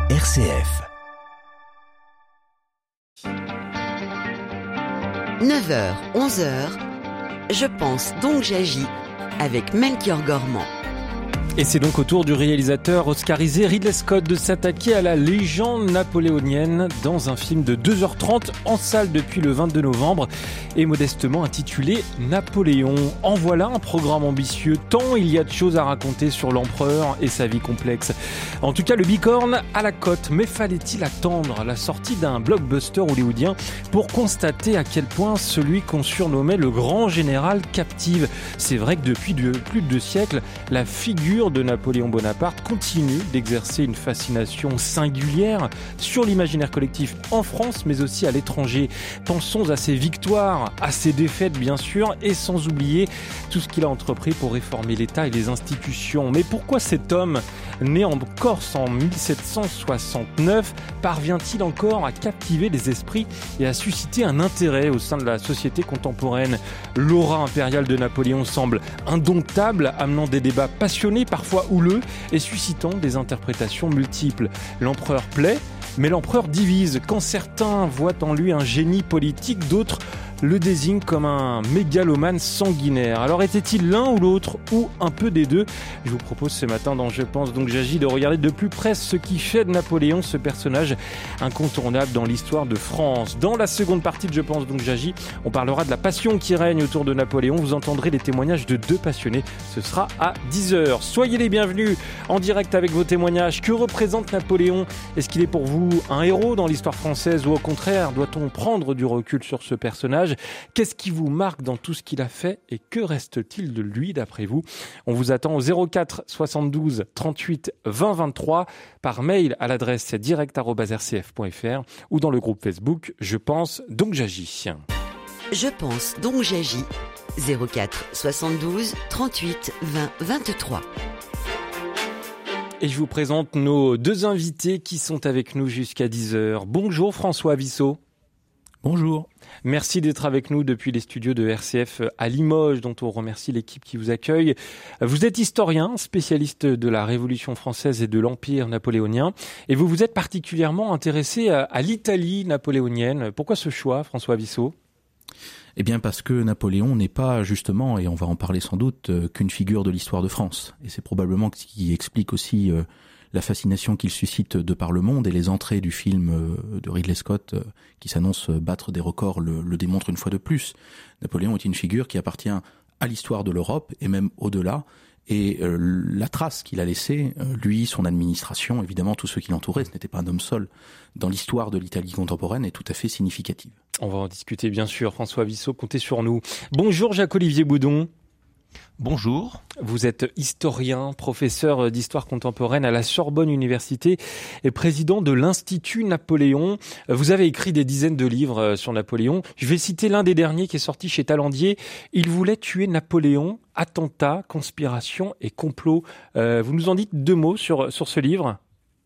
RCF. 9h, 11h, je pense donc j'agis avec Melchior Gormand. Et c'est donc au tour du réalisateur oscarisé Ridley Scott de s'attaquer à la légende napoléonienne dans un film de 2h30 en salle depuis le 22 novembre et modestement intitulé Napoléon. En voilà un programme ambitieux, tant il y a de choses à raconter sur l'empereur et sa vie complexe. En tout cas, le bicorne à la cote, mais fallait-il attendre la sortie d'un blockbuster hollywoodien pour constater à quel point celui qu'on surnommait le grand général captive? C'est vrai que depuis plus de 2 siècles, la figure de Napoléon Bonaparte continue d'exercer une fascination singulière sur l'imaginaire collectif en France mais aussi à l'étranger. Pensons à ses victoires, à ses défaites bien sûr et sans oublier tout ce qu'il a entrepris pour réformer l'État et les institutions. Mais pourquoi cet homme, né en Corse en 1769, parvient-il encore à captiver les esprits et à susciter un intérêt au sein de la société contemporaine? L'aura impériale de Napoléon semble indomptable, amenant des débats passionnés, parfois houleux, et suscitant des interprétations multiples. L'empereur plaît, mais l'empereur divise. Quand certains voient en lui un génie politique, d'autres le désignent comme un mégalomane sanguinaire. Alors était-il l'un ou l'autre, ou un peu des deux? Je vous propose ce matin dans Je pense donc j'agis de regarder de plus près ce qui fait de Napoléon ce personnage incontournable dans l'histoire de France. Dans la seconde partie de Je pense donc j'agis, on parlera de la passion qui règne autour de Napoléon. Vous entendrez les témoignages de 2 passionnés. Ce sera à 10h. Soyez les bienvenus en direct avec vos témoignages. Que représente Napoléon? Est-ce qu'il est pour vous un héros dans l'histoire française ou au contraire, doit-on prendre du recul sur ce personnage? Qu'est-ce qui vous marque dans tout ce qu'il a fait et que reste-t-il de lui d'après vous? On vous attend au 04 72 38 20 23 par mail à l'adresse direct@rcf.fr ou dans le groupe Facebook Je pense donc j'agis. Je pense donc j'agis. 04 72 38 20 23. Et je vous présente nos 2 invités qui sont avec nous jusqu'à 10h. Bonjour François Vissot. Bonjour. Merci d'être avec nous depuis les studios de RCF à Limoges, dont on remercie l'équipe qui vous accueille. Vous êtes historien, spécialiste de la Révolution française et de l'Empire napoléonien, et vous vous êtes particulièrement intéressé à l'Italie napoléonienne. Pourquoi ce choix, François Vissot ? Eh bien parce que Napoléon n'est pas justement, et on va en parler sans doute, qu'une figure de l'histoire de France. Et c'est probablement ce qui explique aussi la fascination qu'il suscite de par le monde, et les entrées du film de Ridley Scott qui s'annonce battre des records le démontrent une fois de plus. Napoléon est une figure qui appartient à l'histoire de l'Europe et même au-delà, et la trace qu'il a laissée, lui, son administration, évidemment tous ceux qui l'entouraient, ce n'était pas un homme seul, dans l'histoire de l'Italie contemporaine est tout à fait significative. On va en discuter bien sûr, François Vissot, comptez sur nous. Bonjour Jacques-Olivier Boudon. Bonjour. Vous êtes historien, professeur d'histoire contemporaine à la Sorbonne Université et président de l'Institut Napoléon. Vous avez écrit des dizaines de livres sur Napoléon. Je vais citer l'un des derniers qui est sorti chez Talandier. Il voulait tuer Napoléon, attentat, conspiration et complot. Vous nous en dites 2 mots sur ce livre ?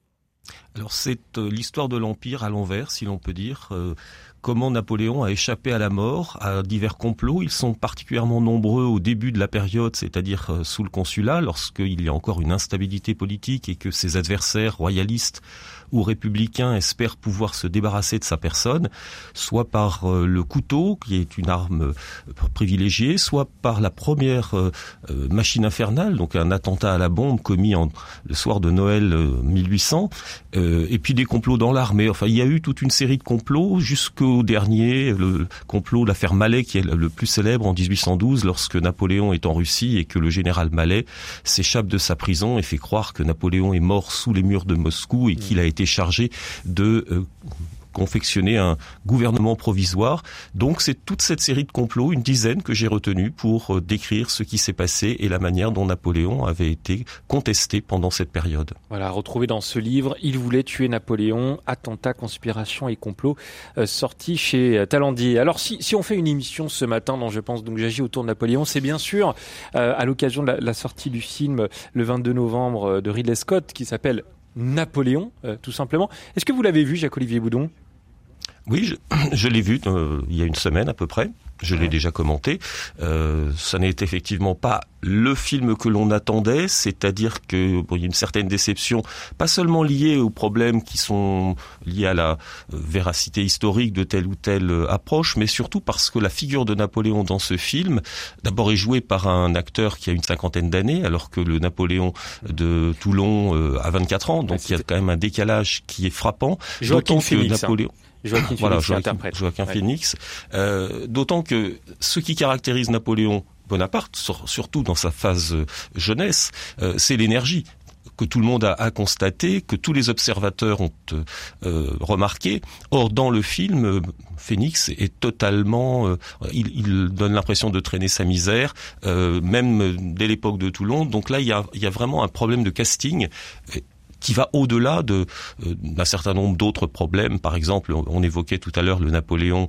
Alors c'est l'histoire de l'Empire à l'envers, si l'on peut dire. Comment Napoléon a échappé à la mort, à divers complots. Ils sont particulièrement nombreux au début de la période, c'est-à-dire sous le Consulat, lorsqu'il y a encore une instabilité politique et que ses adversaires royalistes ou républicains espèrent pouvoir se débarrasser de sa personne, soit par le couteau, qui est une arme privilégiée, soit par la première machine infernale, donc un attentat à la bombe commis le soir de Noël 1800, et puis des complots dans l'armée. Enfin, il y a eu toute une série de complots jusqu'au dernier, le complot, l'affaire Mallet, qui est le plus célèbre en 1812, lorsque Napoléon est en Russie et que le général Mallet s'échappe de sa prison et fait croire que Napoléon est mort sous les murs de Moscou et qu'il a été chargé de confectionner un gouvernement provisoire. Donc c'est toute cette série de complots, une dizaine que j'ai retenu pour décrire ce qui s'est passé et la manière dont Napoléon avait été contesté pendant cette période. Voilà, retrouvé dans ce livre, Il voulait tuer Napoléon, attentat, conspiration et complot, sorti chez Talandier. Alors si on fait une émission ce matin dont je pense donc j'agis autour de Napoléon, c'est bien sûr à l'occasion de la sortie du film le 22 novembre de Ridley Scott qui s'appelle Napoléon, tout simplement. Est-ce que vous l'avez vu, Jacques-Olivier Boudon ? Oui, je l'ai vu il y a une semaine à peu près. Je l'ai déjà commenté. Ça n'est effectivement pas le film que l'on attendait, c'est-à-dire que il y a une certaine déception, pas seulement liée aux problèmes qui sont liés à la véracité historique de telle ou telle approche, mais surtout parce que la figure de Napoléon dans ce film, d'abord est jouée par un acteur qui a une 50aine d'années, alors que le Napoléon de Toulon a 24 ans, donc il y a quand même un décalage qui est frappant. Joaquin Phoenix, Napoléon... Joaquin Phoenix. D'autant que ce qui caractérise Napoléon Bonaparte, surtout dans sa phase jeunesse, c'est l'énergie que tout le monde a constaté, que tous les observateurs ont remarqué. Or, dans le film, Phoenix est totalement... il donne l'impression de traîner sa misère, même dès l'époque de Toulon. Donc là, il y a vraiment un problème de casting qui va au-delà d'un certain nombre d'autres problèmes. Par exemple, on évoquait tout à l'heure le Napoléon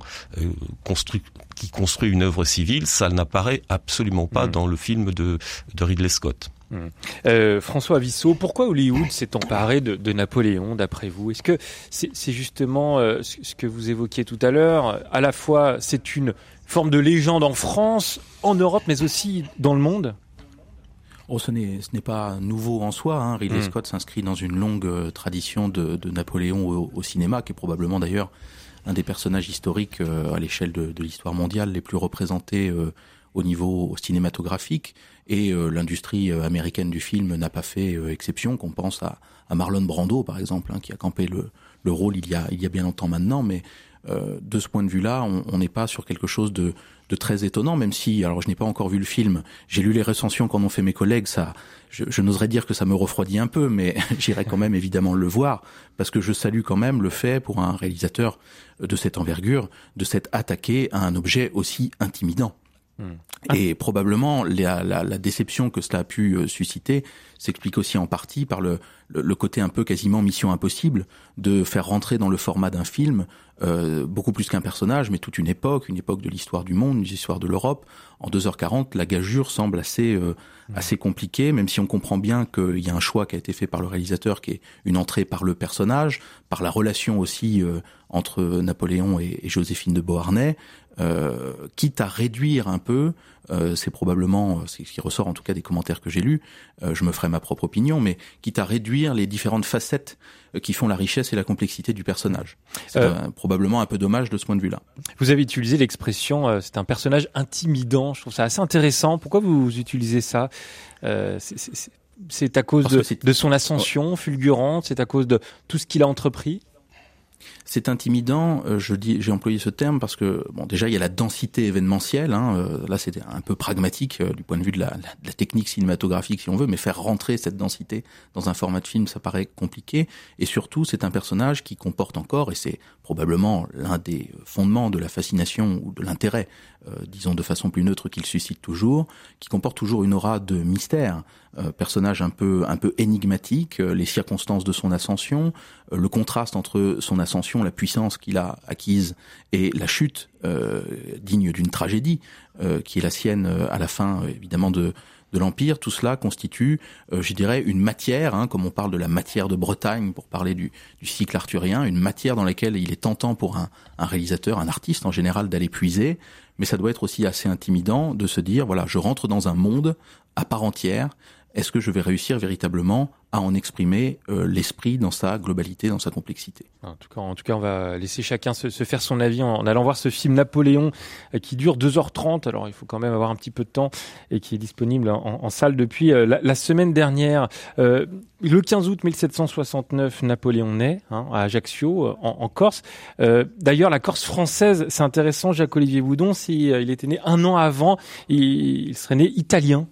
qui construit une œuvre civile. Ça n'apparaît absolument pas dans le film de Ridley Scott. François Vissot, pourquoi Hollywood s'est emparé de Napoléon, d'après vous? Est-ce que c'est justement ce que vous évoquiez tout à l'heure, à la fois c'est une forme de légende en France, en Europe, mais aussi dans le monde? Ce n'est pas nouveau en soi. Hein. Ridley Scott s'inscrit dans une longue tradition de Napoléon au cinéma, qui est probablement d'ailleurs un des personnages historiques à l'échelle de l'histoire mondiale les plus représentés au niveau cinématographique. Et l'industrie américaine du film n'a pas fait exception. Qu'on pense à Marlon Brando, par exemple, qui a campé le rôle il y a bien longtemps maintenant. Mais de ce point de vue-là, on n'est pas sur quelque chose de très étonnant, même si, alors je n'ai pas encore vu le film, j'ai lu les recensions qu'en ont fait mes collègues, je n'oserais dire que ça me refroidit un peu, mais j'irai quand même évidemment le voir, parce que je salue quand même le fait, pour un réalisateur de cette envergure, de s'être attaqué à un objet aussi intimidant. Et probablement la déception que cela a pu susciter s'explique aussi en partie par le côté un peu quasiment mission impossible de faire rentrer dans le format d'un film beaucoup plus qu'un personnage, mais toute une époque de l'histoire du monde, une histoire de l'Europe. En 2h40, la gageure semble assez compliquée, même si on comprend bien qu'il y a un choix qui a été fait par le réalisateur, qui est une entrée par le personnage, par la relation aussi entre Napoléon et Joséphine de Beauharnais, quitte à réduire un peu, c'est probablement c'est ce qui ressort en tout cas des commentaires que j'ai lus, je me ferai ma propre opinion, mais quitte à réduire les différentes facettes qui font la richesse et la complexité du personnage. C'est probablement un peu dommage de ce point de vue-là. Vous avez utilisé l'expression c'est un personnage intimidant, je trouve ça assez intéressant. Pourquoi vous utilisez ça? C'est à cause de son ascension fulgurante, c'est à cause de tout ce qu'il a entrepris? C'est intimidant, j'ai employé ce terme parce que déjà il y a la densité événementielle, là c'est un peu pragmatique du point de vue de la technique cinématographique si on veut, mais faire rentrer cette densité dans un format de film ça paraît compliqué, et surtout c'est un personnage qui comporte encore, et c'est probablement l'un des fondements de la fascination ou de l'intérêt, disons de façon plus neutre qu'il suscite toujours, qui comporte toujours une aura de mystère, personnage un peu énigmatique, les circonstances de son ascension, le contraste entre son ascension, la puissance qu'il a acquise et la chute digne d'une tragédie qui est la sienne à la fin évidemment de l'Empire. Tout cela constitue, je dirais, une matière, comme on parle de la matière de Bretagne pour parler du cycle arthurien, une matière dans laquelle il est tentant pour un réalisateur, un artiste en général d'aller puiser, mais ça doit être aussi assez intimidant de se dire, voilà, je rentre dans un monde à part entière. Est-ce que je vais réussir véritablement à en exprimer l'esprit dans sa globalité, dans sa complexité? En tout cas, on va laisser chacun se faire son avis en allant voir ce film Napoléon qui dure 2h30. Alors, il faut quand même avoir un petit peu de temps et qui est disponible en salle depuis la semaine dernière. Le 15 août 1769, Napoléon naît à Ajaccio, en Corse. D'ailleurs, la Corse française, c'est intéressant, Jacques-Olivier Boudon, s'il était né un an avant, il serait né italien.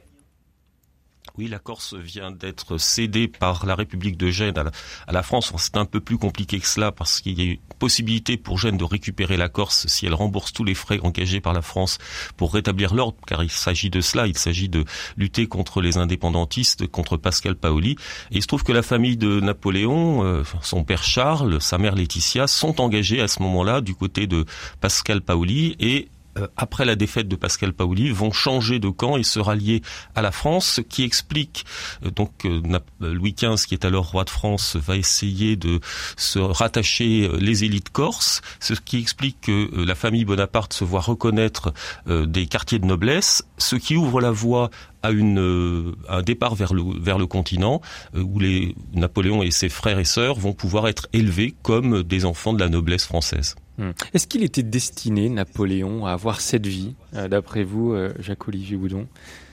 Oui, la Corse vient d'être cédée par la République de Gênes à la France. C'est un peu plus compliqué que cela parce qu'il y a une possibilité pour Gênes de récupérer la Corse si elle rembourse tous les frais engagés par la France pour rétablir l'ordre, car il s'agit de cela, il s'agit de lutter contre les indépendantistes, contre Pascal Paoli. Et il se trouve que la famille de Napoléon, son père Charles, sa mère Laetitia, sont engagés à ce moment-là du côté de Pascal Paoli, et après la défaite de Pascal Paoli, vont changer de camp et se rallier à la France, ce qui explique Louis XV, qui est alors roi de France, va essayer de se rattacher les élites corses, ce qui explique que la famille Bonaparte se voit reconnaître des quartiers de noblesse, ce qui ouvre la voie à un départ vers le continent, où Napoléon et ses frères et sœurs vont pouvoir être élevés comme des enfants de la noblesse française. Est-ce qu'il était destiné, Napoléon, à avoir cette vie, d'après vous, Jacques-Olivier Boudon ?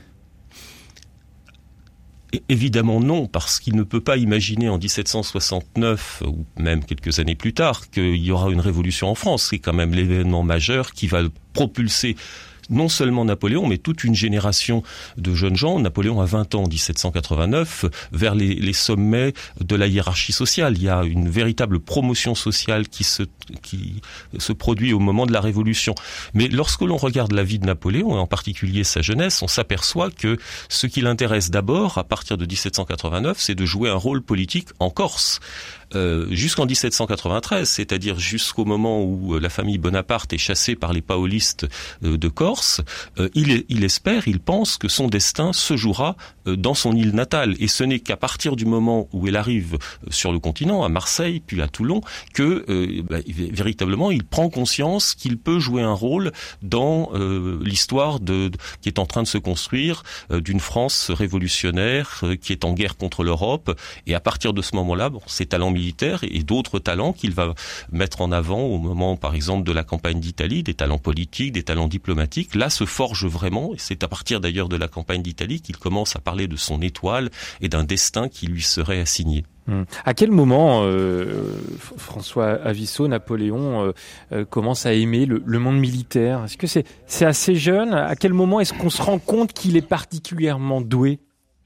Évidemment non, parce qu'il ne peut pas imaginer en 1769, ou même quelques années plus tard, qu'il y aura une révolution en France. C'est quand même l'événement majeur qui va propulser non seulement Napoléon, mais toute une génération de jeunes gens. Napoléon a 20 ans en 1789, vers les sommets de la hiérarchie sociale. Il y a une véritable promotion sociale qui se produit au moment de la Révolution. Mais lorsque l'on regarde la vie de Napoléon, et en particulier sa jeunesse, on s'aperçoit que ce qui l'intéresse d'abord, à partir de 1789, c'est de jouer un rôle politique en Corse. Jusqu'en 1793, c'est-à-dire jusqu'au moment où la famille Bonaparte est chassée par les paolistes de Corse, il espère, il pense que son destin se jouera dans son île natale. Et ce n'est qu'à partir du moment où il arrive sur le continent, à Marseille, puis à Toulon, que véritablement il prend conscience qu'il peut jouer un rôle dans l'histoire qui est en train de se construire d'une France révolutionnaire qui est en guerre contre l'Europe. Et à partir de ce moment-là, ses talents militaires et d'autres talents qu'il va mettre en avant au moment, par exemple, de la campagne d'Italie, des talents politiques, des talents diplomatiques, là se forge vraiment, et c'est à partir d'ailleurs de la campagne d'Italie qu'il commence à parler de son étoile et d'un destin qui lui serait assigné. À quel moment François Avisseau, Napoléon commence à aimer le monde militaire ? Est-ce que c'est assez jeune ? À quel moment est-ce qu'on se rend compte qu'il est particulièrement doué ?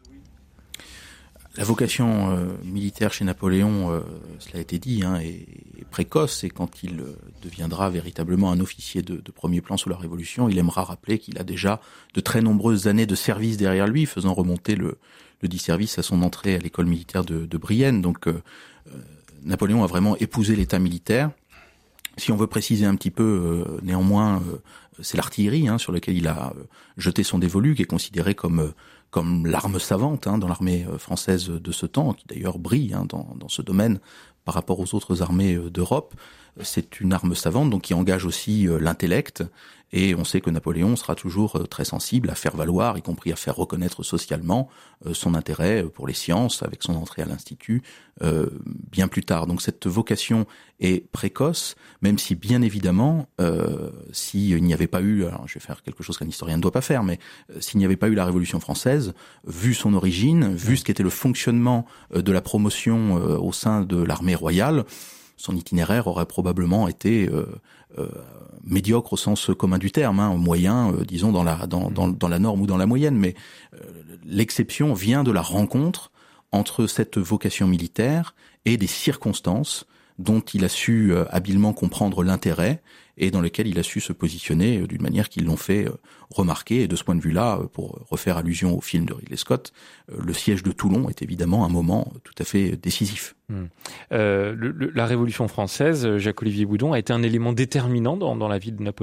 La vocation militaire chez Napoléon, cela a été dit, est précoce, et quand il deviendra véritablement un officier de premier plan sous la Révolution, il aimera rappeler qu'il a déjà de très nombreuses années de service derrière lui, faisant remonter le dit service à son entrée à l'école militaire de Brienne. Donc Napoléon a vraiment épousé l'état militaire. Si on veut préciser un petit peu, néanmoins, c'est l'artillerie sur laquelle il a jeté son dévolu, qui est considéré comme l'arme savante dans l'armée française de ce temps, qui d'ailleurs brille dans ce domaine par rapport aux autres armées d'Europe. C'est une arme savante, donc qui engage aussi l'intellect, et on sait que Napoléon sera toujours très sensible à faire valoir, y compris à faire reconnaître socialement son intérêt pour les sciences, avec son entrée à l'Institut bien plus tard. Donc cette vocation est précoce, même si bien évidemment, s'il n'y avait pas eu, alors je vais faire quelque chose qu'un historien ne doit pas faire, mais s'il n'y avait pas eu la Révolution française, vu son origine, vu ce qu'était le fonctionnement de la promotion au sein de l'armée royale, son itinéraire aurait probablement été médiocre au sens commun du terme, moyen, disons dans la norme ou dans la moyenne. Mais l'exception vient de la rencontre entre cette vocation militaire et des circonstances dont il a su habilement comprendre l'intérêt et dans lesquelles il a su se positionner d'une manière qui l'ont fait remarquer. Et de ce point de vue-là, pour refaire allusion au film de Ridley Scott, le siège de Toulon est évidemment un moment tout à fait décisif. La Révolution française, Jacques-Olivier Boudon, a été un élément déterminant dans la vie de Napoléon ?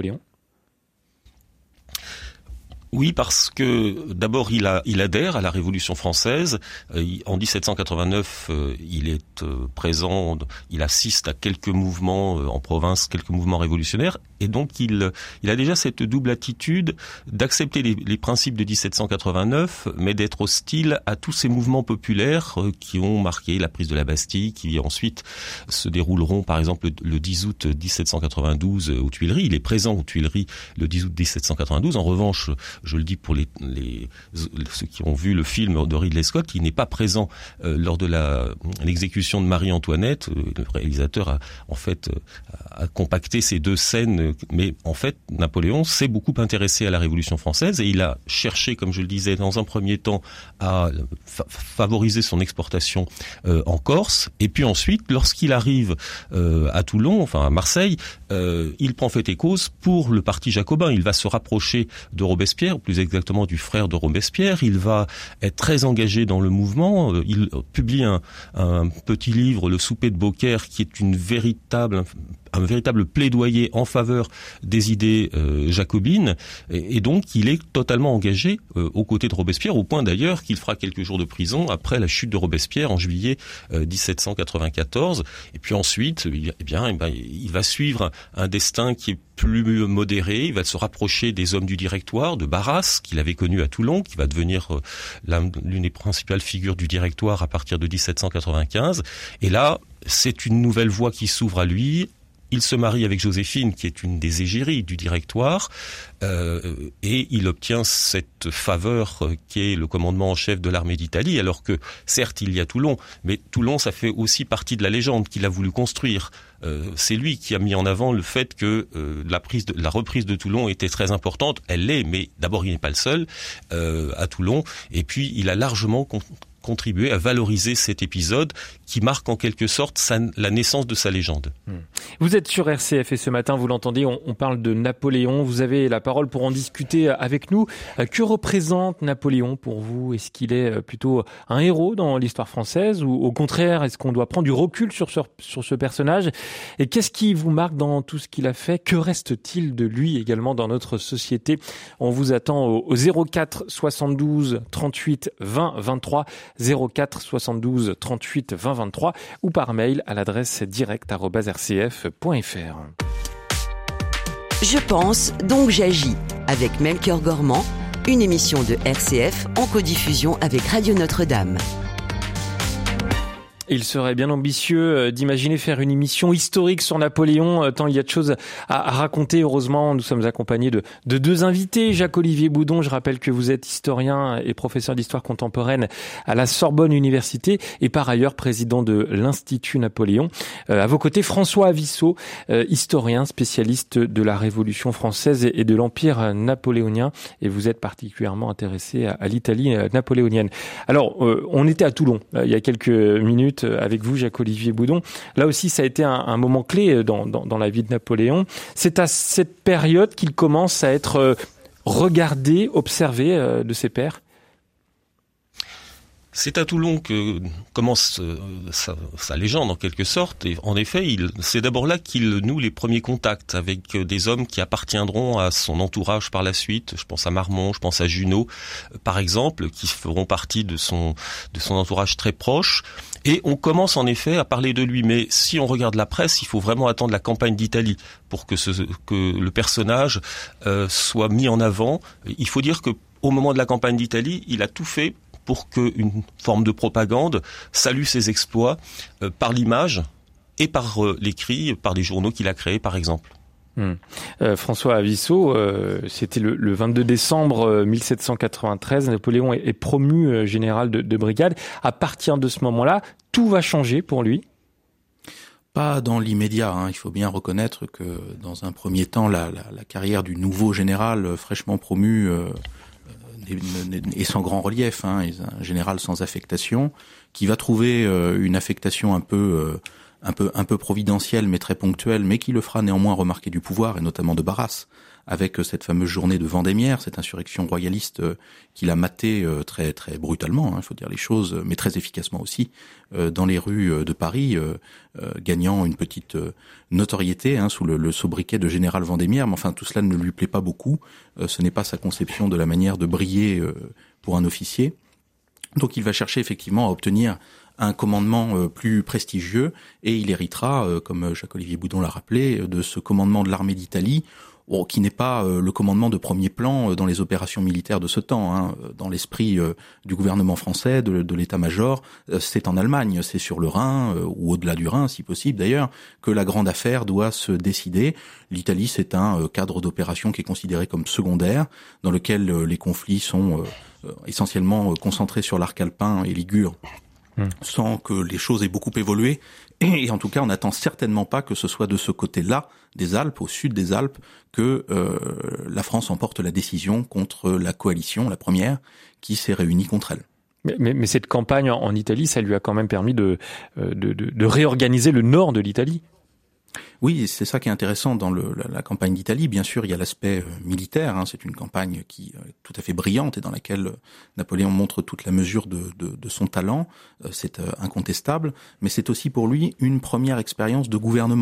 Oui, parce que d'abord il adhère à la Révolution française. En 1789, il est présent, il assiste à quelques mouvements en province, quelques mouvements révolutionnaires, et donc il a déjà cette double attitude d'accepter les principes de 1789, mais d'être hostile à tous ces mouvements populaires qui ont marqué la prise de la Bastille, qui ensuite se dérouleront, par exemple, le 10 août 1792 aux Tuileries. Il est présent aux Tuileries le 10 août 1792. En revanche, je le dis pour ceux qui ont vu le film de Ridley Scott, il n'est pas présent lors de l'exécution de Marie-Antoinette. Le réalisateur a compacté ces deux scènes, mais en fait, Napoléon s'est beaucoup intéressé à la Révolution française et il a cherché, comme je le disais, dans un premier temps, à favoriser son exportation en Corse. Et puis ensuite, lorsqu'il arrive à Toulon, enfin à Marseille, il prend fait et cause pour le parti jacobin. Il va se rapprocher de Robespierre, plus exactement du frère de Robespierre. Il va être très engagé dans le mouvement. Il publie un petit livre, Le souper de Beaucaire, qui est un véritable plaidoyer en faveur faveur des idées jacobines, et donc il est totalement engagé aux côtés de Robespierre, au point d'ailleurs qu'il fera quelques jours de prison après la chute de Robespierre en juillet 1794. Et puis ensuite, il va suivre un destin qui est plus modéré, il va se rapprocher des hommes du Directoire, de Barras, qu'il avait connu à Toulon, qui va devenir l'une des principales figures du Directoire à partir de 1795. Et là, c'est une nouvelle voie qui s'ouvre à lui. Il se marie avec Joséphine, qui est une des égéries du Directoire, et il obtient cette faveur qui est le commandement en chef de l'armée d'Italie, alors que, certes, il y a Toulon, mais Toulon, ça fait aussi partie de la légende qu'il a voulu construire. C'est lui qui a mis en avant le fait que la reprise de Toulon était très importante. Elle l'est, mais d'abord, il n'est pas le seul à Toulon, et puis il a largement contribuer à valoriser cet épisode qui marque en quelque sorte la naissance de sa légende. Vous êtes sur RCF et ce matin, vous l'entendez, on parle de Napoléon. Vous avez la parole pour en discuter avec nous. Que représente Napoléon pour vous ? Est-ce qu'il est plutôt un héros dans l'histoire française ou au contraire, est-ce qu'on doit prendre du recul sur ce personnage ? Et qu'est-ce qui vous marque dans tout ce qu'il a fait ? Que reste-t-il de lui également dans notre société ? On vous attend au 04 72 38 20 23 04 72 38 20 23 ou par mail à l'adresse direct@rcf.fr. Je pense, donc j'agis avec Melchior Gormand, une émission de RCF en codiffusion avec Radio Notre-Dame. Il serait bien ambitieux d'imaginer faire une émission historique sur Napoléon, tant il y a de choses à raconter. Heureusement, nous sommes accompagnés de deux invités. Jacques-Olivier Boudon, je rappelle que vous êtes historien et professeur d'histoire contemporaine à la Sorbonne Université et par ailleurs président de l'Institut Napoléon. À vos côtés, François Avissot, historien spécialiste de la Révolution française et de l'Empire napoléonien. Et vous êtes particulièrement intéressé à l'Italie napoléonienne. Alors, on était à Toulon il y a quelques minutes avec vous, Jacques-Olivier Boudon. Là aussi, ça a été un moment clé dans la vie de Napoléon. C'est à cette période qu'il commence à être regardé, observé de ses pairs. C'est à Toulon que commence sa légende en quelque sorte, et en effet, c'est d'abord là qu'il noue les premiers contacts avec des hommes qui appartiendront à son entourage par la suite. Je pense à Marmont, je pense à Junot, par exemple, qui feront partie de son entourage très proche. Et on commence en effet à parler de lui, mais si on regarde la presse, il faut vraiment attendre la campagne d'Italie pour que le personnage soit mis en avant. Il faut dire que au moment de la campagne d'Italie, il a tout fait pour qu'une forme de propagande salue ses exploits par l'image et par l'écrit, par des journaux qu'il a créés, par exemple. François Avissot, c'était le 22 décembre 1793, Napoléon est promu général de brigade. À partir de ce moment-là, tout va changer pour lui. Pas dans l'immédiat, il faut bien reconnaître que dans un premier temps, la carrière du nouveau général fraîchement promu est sans grand relief, un général sans affectation, qui va trouver une affectation un peu providentielle mais très ponctuelle, mais qui le fera néanmoins remarquer du pouvoir, et notamment de Barras, avec cette fameuse journée de Vendémiaire, cette insurrection royaliste qu'il a matée très très brutalement, il faut dire les choses, mais très efficacement aussi, dans les rues de Paris, gagnant une petite notoriété sous le sobriquet de général Vendémiaire. Mais enfin, tout cela ne lui plaît pas beaucoup. Ce n'est pas sa conception de la manière de briller pour un officier. Donc il va chercher effectivement à obtenir un commandement plus prestigieux, et il héritera, comme Jacques-Olivier Boudon l'a rappelé, de ce commandement de l'armée d'Italie, qui n'est pas le commandement de premier plan dans les opérations militaires de ce temps. Dans l'esprit du gouvernement français, de l'état-major, c'est en Allemagne, c'est sur le Rhin, ou au-delà du Rhin, si possible d'ailleurs, que la grande affaire doit se décider. L'Italie, c'est un cadre d'opération qui est considéré comme secondaire, dans lequel les conflits sont essentiellement concentrés sur l'arc alpin et ligure, sans que les choses aient beaucoup évolué. Et en tout cas, on n'attend certainement pas que ce soit de ce côté-là des Alpes, au sud des Alpes, que la France emporte la décision contre la coalition, la première, qui s'est réunie contre elle. Mais cette campagne en Italie, ça lui a quand même permis de réorganiser le nord de l'Italie. Oui, c'est ça qui est intéressant dans la campagne d'Italie. Bien sûr, il y a l'aspect militaire. C'est une campagne qui est tout à fait brillante et dans laquelle Napoléon montre toute la mesure de son talent. C'est incontestable. Mais c'est aussi pour lui une première expérience de gouvernement.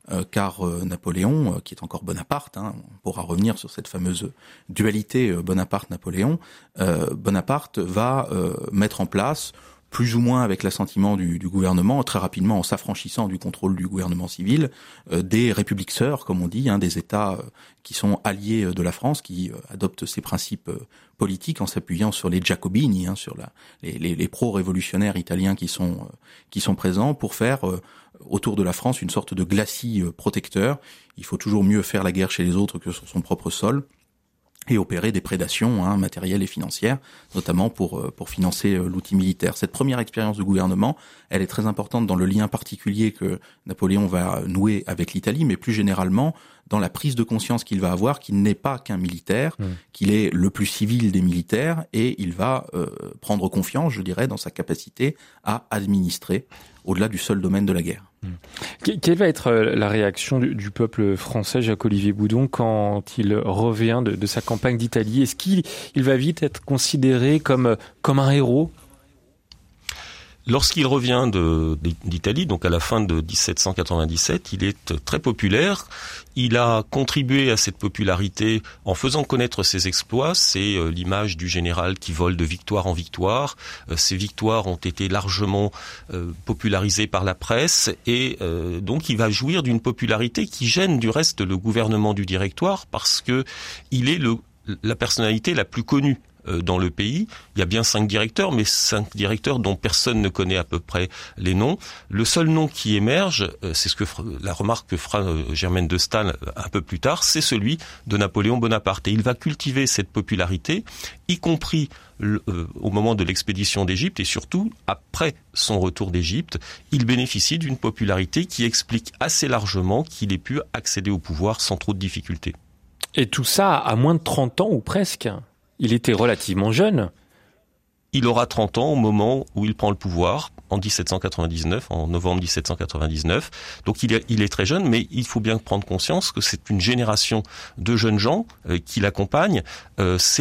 car Napoléon, qui est encore Bonaparte, on pourra revenir sur cette fameuse dualité Bonaparte-Napoléon, Bonaparte va mettre en place, plus ou moins avec l'assentiment du gouvernement, très rapidement en s'affranchissant du contrôle du gouvernement civil, des républiques sœurs, comme on dit, des États qui sont alliés de la France, qui adoptent ces principes politiques en s'appuyant sur les Giacobini, sur les pro-révolutionnaires italiens qui sont présents pour faire autour de la France une sorte de glacis protecteur. Il faut toujours mieux faire la guerre chez les autres que sur son propre sol, et opérer des prédations matérielles et financières, notamment pour financer l'outil militaire. Cette première expérience de gouvernement, elle est très importante dans le lien particulier que Napoléon va nouer avec l'Italie, mais plus généralement dans la prise de conscience qu'il va avoir qu'il n'est pas qu'un militaire, qu'il est le plus civil des militaires, et il va prendre confiance, je dirais, dans sa capacité à administrer au-delà du seul domaine de la guerre. Quelle va être la réaction du peuple français, Jacques-Olivier Boudon, quand il revient de sa campagne d'Italie? Est-ce qu'il va vite être considéré comme un héros? Lorsqu'il revient d'Italie, donc à la fin de 1797, il est très populaire. Il a contribué à cette popularité en faisant connaître ses exploits. C'est l'image du général qui vole de victoire en victoire. Ces victoires ont été largement popularisées par la presse et donc il va jouir d'une popularité qui gêne du reste le gouvernement du Directoire parce que il est la personnalité la plus connue dans le pays. Il y a bien 5 directeurs, mais 5 directeurs dont personne ne connaît à peu près les noms. Le seul nom qui émerge, c'est la remarque que fera Germaine de Staël un peu plus tard, c'est celui de Napoléon Bonaparte. Et il va cultiver cette popularité, y compris au moment de l'expédition d'Égypte et surtout après son retour d'Égypte. Il bénéficie d'une popularité qui explique assez largement qu'il ait pu accéder au pouvoir sans trop de difficultés. Et tout ça à moins de 30 ans ou presque. Il était relativement jeune. Il aura 30 ans au moment où il prend le pouvoir, en 1799, en novembre 1799. Donc il est très jeune, mais il faut bien prendre conscience que c'est une génération de jeunes gens qui l'accompagnent. Ce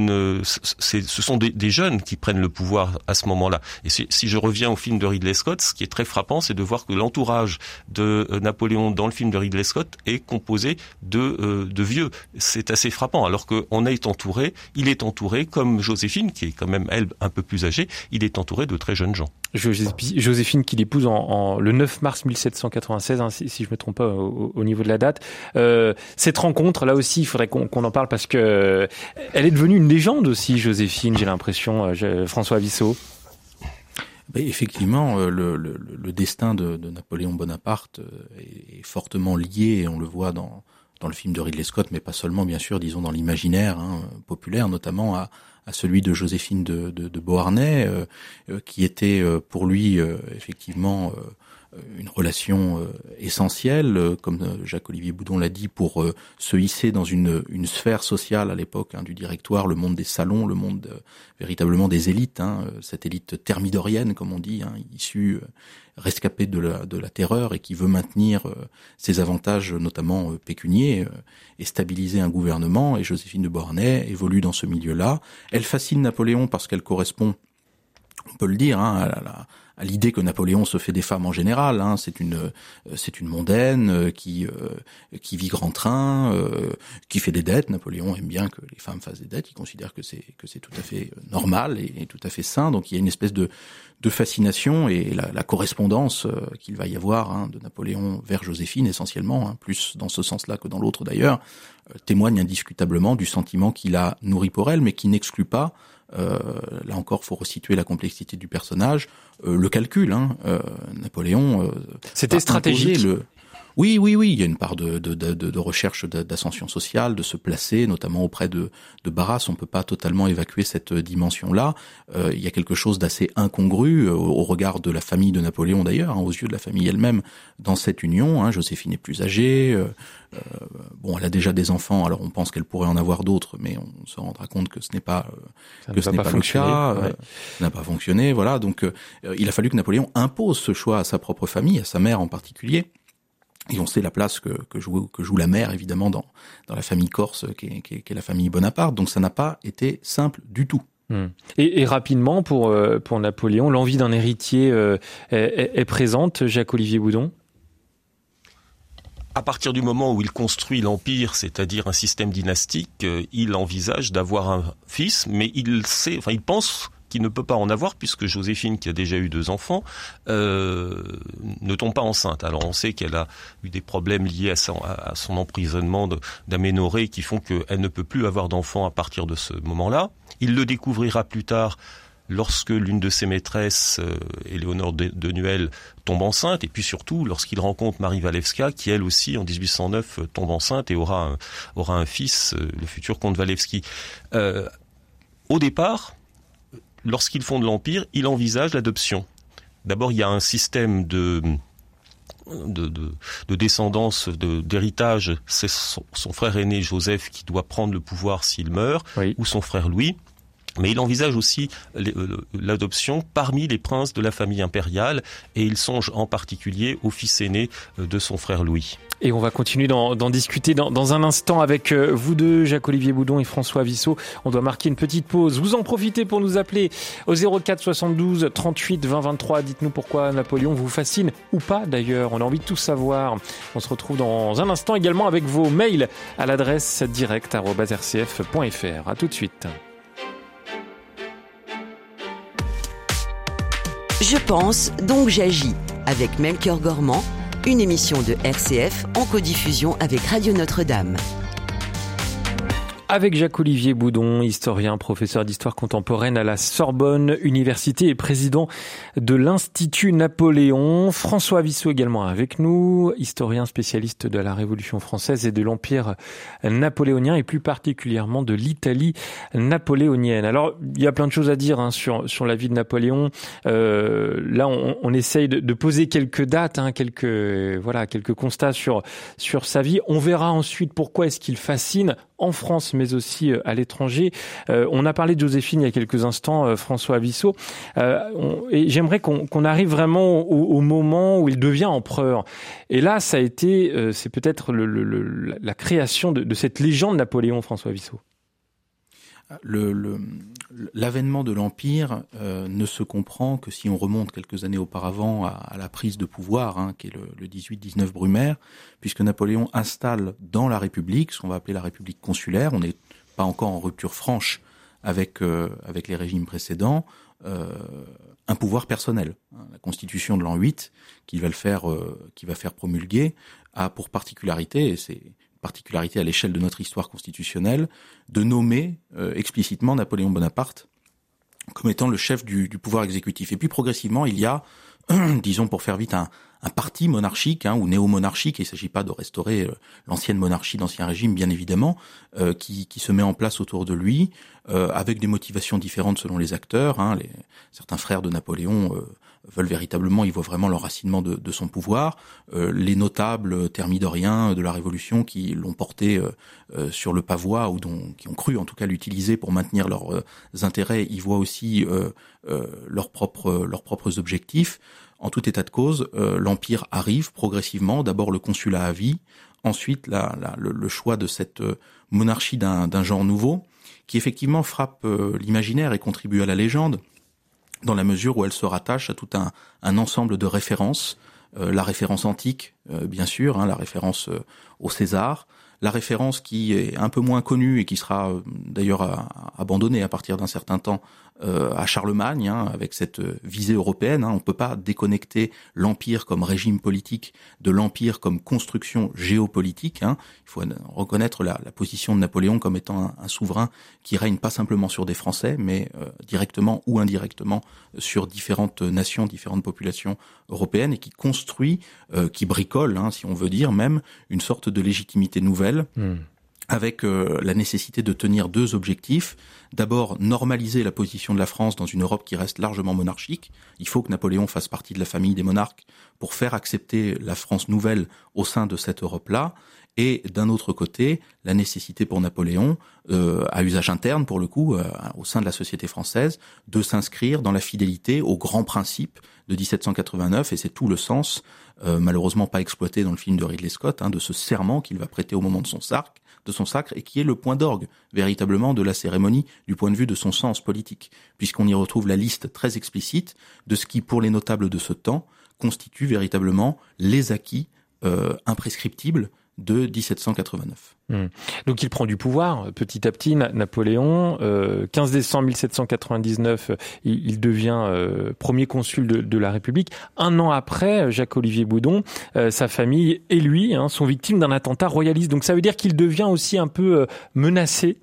sont des jeunes qui prennent le pouvoir à ce moment-là. Et si je reviens au film de Ridley Scott, ce qui est très frappant, c'est de voir que l'entourage de Napoléon dans le film de Ridley Scott est composé de vieux. C'est assez frappant, alors qu'il est entouré, comme Joséphine, qui est quand même, elle, un peu plus âgée, il est entouré de très jeunes gens. Joséphine qu'il épouse le 9 mars 1796, si je me trompe pas au niveau de la date. Cette rencontre, là aussi, il faudrait qu'on en parle parce que elle est devenue une légende aussi, Joséphine, j'ai l'impression, François Vissot. Effectivement, le destin de Napoléon Bonaparte est fortement lié, et on le voit dans le film de Ridley Scott, mais pas seulement, bien sûr, disons dans l'imaginaire populaire, notamment à celui de Joséphine de Beauharnais, qui était pour lui effectivement une relation essentielle, comme Jacques-Olivier Boudon l'a dit, pour se hisser dans une sphère sociale à l'époque du Directoire, le monde des salons, le monde véritablement des élites, cette élite thermidorienne, comme on dit, issue rescapée de la terreur et qui veut maintenir ses avantages, notamment pécuniers, et stabiliser un gouvernement. Et Joséphine de Beauharnais évolue dans ce milieu-là. Elle fascine Napoléon parce qu'elle correspond, on peut le dire, à l'idée que Napoléon se fait des femmes en général. C'est une mondaine qui vit grand train, qui fait des dettes. Napoléon aime bien que les femmes fassent des dettes. Il considère que c'est tout à fait normal et tout à fait sain. Donc il y a une espèce de fascination, et la correspondance qu'il va y avoir de Napoléon vers Joséphine essentiellement, plus dans ce sens-là que dans l'autre d'ailleurs, témoigne indiscutablement du sentiment qu'il a nourri pour elle, mais qui n'exclut pas, là encore, faut resituer la complexité du personnage, le calcul. Napoléon, c'était stratégique. Oui, il y a une part de recherche d'ascension sociale, de se placer, notamment auprès de Barras. On peut pas totalement évacuer cette dimension-là. Il y a quelque chose d'assez incongru au regard de la famille de Napoléon d'ailleurs, aux yeux de la famille elle-même, dans cette union. Joséphine est plus âgée. Elle a déjà des enfants, alors on pense qu'elle pourrait en avoir d'autres, mais on se rendra compte que ce n'est pas le cas. Ça n'a pas fonctionné, voilà. Donc il a fallu que Napoléon impose ce choix à sa propre famille, à sa mère en particulier. Et on sait la place que joue la mère, évidemment, dans la famille corse, qui est la famille Bonaparte. Donc ça n'a pas été simple du tout. Et rapidement, pour Napoléon, l'envie d'un héritier est présente, Jacques-Olivier Boudon? À partir du moment où il construit l'empire, c'est-à-dire un système dynastique, il envisage d'avoir un fils, mais il pense qu'il ne peut pas en avoir puisque Joséphine, qui a déjà eu 2 enfants, ne tombe pas enceinte. Alors on sait qu'elle a eu des problèmes liés à son emprisonnement d'Aménorrhée qui font qu'elle ne peut plus avoir d'enfants à partir de ce moment-là. Il le découvrira plus tard lorsque l'une de ses maîtresses, Éléonore de Nuel, tombe enceinte, et puis surtout lorsqu'il rencontre Marie Walewska, qui elle aussi en 1809 tombe enceinte et aura un fils, le futur comte Walewski. Au départ, lorsqu'il fonde l'Empire, il envisage l'adoption. D'abord, il y a un système de descendance, d'héritage. C'est son frère aîné Joseph qui doit prendre le pouvoir s'il meurt, oui, ou son frère Louis. Mais il envisage aussi l'adoption parmi les princes de la famille impériale, et il songe en particulier au fils aîné de son frère Louis. Et on va continuer d'en discuter dans un instant avec vous deux, Jacques-Olivier Boudon et François Vissot. On doit marquer une petite pause. Vous en profitez pour nous appeler au 04 72 38 20 23. Dites-nous pourquoi Napoléon vous fascine, ou pas d'ailleurs. On a envie de tout savoir. On se retrouve dans un instant également avec vos mails à l'adresse direct@rcf.fr. À tout de suite. Je pense, donc j'agis, avec Melchior Gormand, une émission de RCF en codiffusion avec Radio Notre-Dame. Avec Jacques-Olivier Boudon, historien, professeur d'histoire contemporaine à la Sorbonne Université et président de l'Institut Napoléon. François Vissot également avec nous, historien spécialiste de la Révolution française et de l'Empire napoléonien, et plus particulièrement de l'Italie napoléonienne. Alors, il y a plein de choses à dire sur la vie de Napoléon. Là, on essaye de poser quelques dates, quelques constats sur sa vie. On verra ensuite pourquoi est-ce qu'il fascine en France, mais aussi à l'étranger. On a parlé de Joséphine il y a quelques instants, François Vissot, et j'aimerais qu'on arrive vraiment au moment où il devient empereur. Et là, ça a été, c'est peut-être la création de cette légende Napoléon, François Vissot. L'avènement de l'Empire ne se comprend que si on remonte quelques années auparavant à la prise de pouvoir, qui est le 18-19 Brumaire, puisque Napoléon installe dans la République, ce qu'on va appeler la République consulaire. On n'est pas encore en rupture franche avec les régimes précédents, un pouvoir personnel. La Constitution de l'an 8, qui va faire promulguer, a pour particularité, et c'est particularité à l'échelle de notre histoire constitutionnelle, de nommer explicitement Napoléon Bonaparte comme étant le chef du pouvoir exécutif. Et puis progressivement, il y a, disons pour faire vite, un parti monarchique ou néo-monarchique, et il ne s'agit pas de restaurer l'ancienne monarchie d'Ancien Régime, bien évidemment, qui se met en place autour de lui, avec des motivations différentes selon les acteurs. Certains frères de Napoléon veulent véritablement, ils voient vraiment l'enracinement de son pouvoir. Les notables thermidoriens de la Révolution qui l'ont porté sur le pavois, qui ont cru en tout cas l'utiliser pour maintenir leurs intérêts, ils voient aussi leurs propres objectifs. En tout état de cause, l'Empire arrive progressivement, d'abord le consulat à vie, ensuite le choix de cette monarchie d'un genre nouveau, qui effectivement frappe l'imaginaire et contribue à la légende, dans la mesure où elle se rattache à tout un ensemble de références, la référence antique, bien sûr, la référence au César, la référence qui est un peu moins connue et qui sera d'ailleurs abandonnée à partir d'un certain temps à Charlemagne, avec cette visée européenne. On ne peut pas déconnecter l'Empire comme régime politique de l'Empire comme construction géopolitique. Il faut reconnaître la position de Napoléon comme étant un souverain qui règne pas simplement sur des Français, mais directement ou indirectement sur différentes nations, différentes populations européennes, et qui construit, qui bricole, si on veut dire même, une sorte de légitimité nouvelle. Avec la nécessité de tenir 2 objectifs. D'abord, normaliser la position de la France dans une Europe qui reste largement monarchique. Il faut que Napoléon fasse partie de la famille des monarques pour faire accepter la France nouvelle au sein de cette Europe-là. Et d'un autre côté, la nécessité pour Napoléon, à usage interne pour le coup, au sein de la société française, de s'inscrire dans la fidélité aux grands principes de 1789, et c'est tout le sens, malheureusement pas exploité dans le film de Ridley Scott, de ce serment qu'il va prêter au moment de son sacre, et qui est le point d'orgue véritablement de la cérémonie du point de vue de son sens politique, puisqu'on y retrouve la liste très explicite de ce qui, pour les notables de ce temps, constitue véritablement les acquis imprescriptible de 1789. Donc il prend du pouvoir petit à petit, Napoléon. 15 décembre 1799, il devient premier consul de la République. Un an après, Jacques-Olivier Boudon, sa famille et lui sont victimes d'un attentat royaliste. Donc ça veut dire qu'il devient aussi un peu menacé.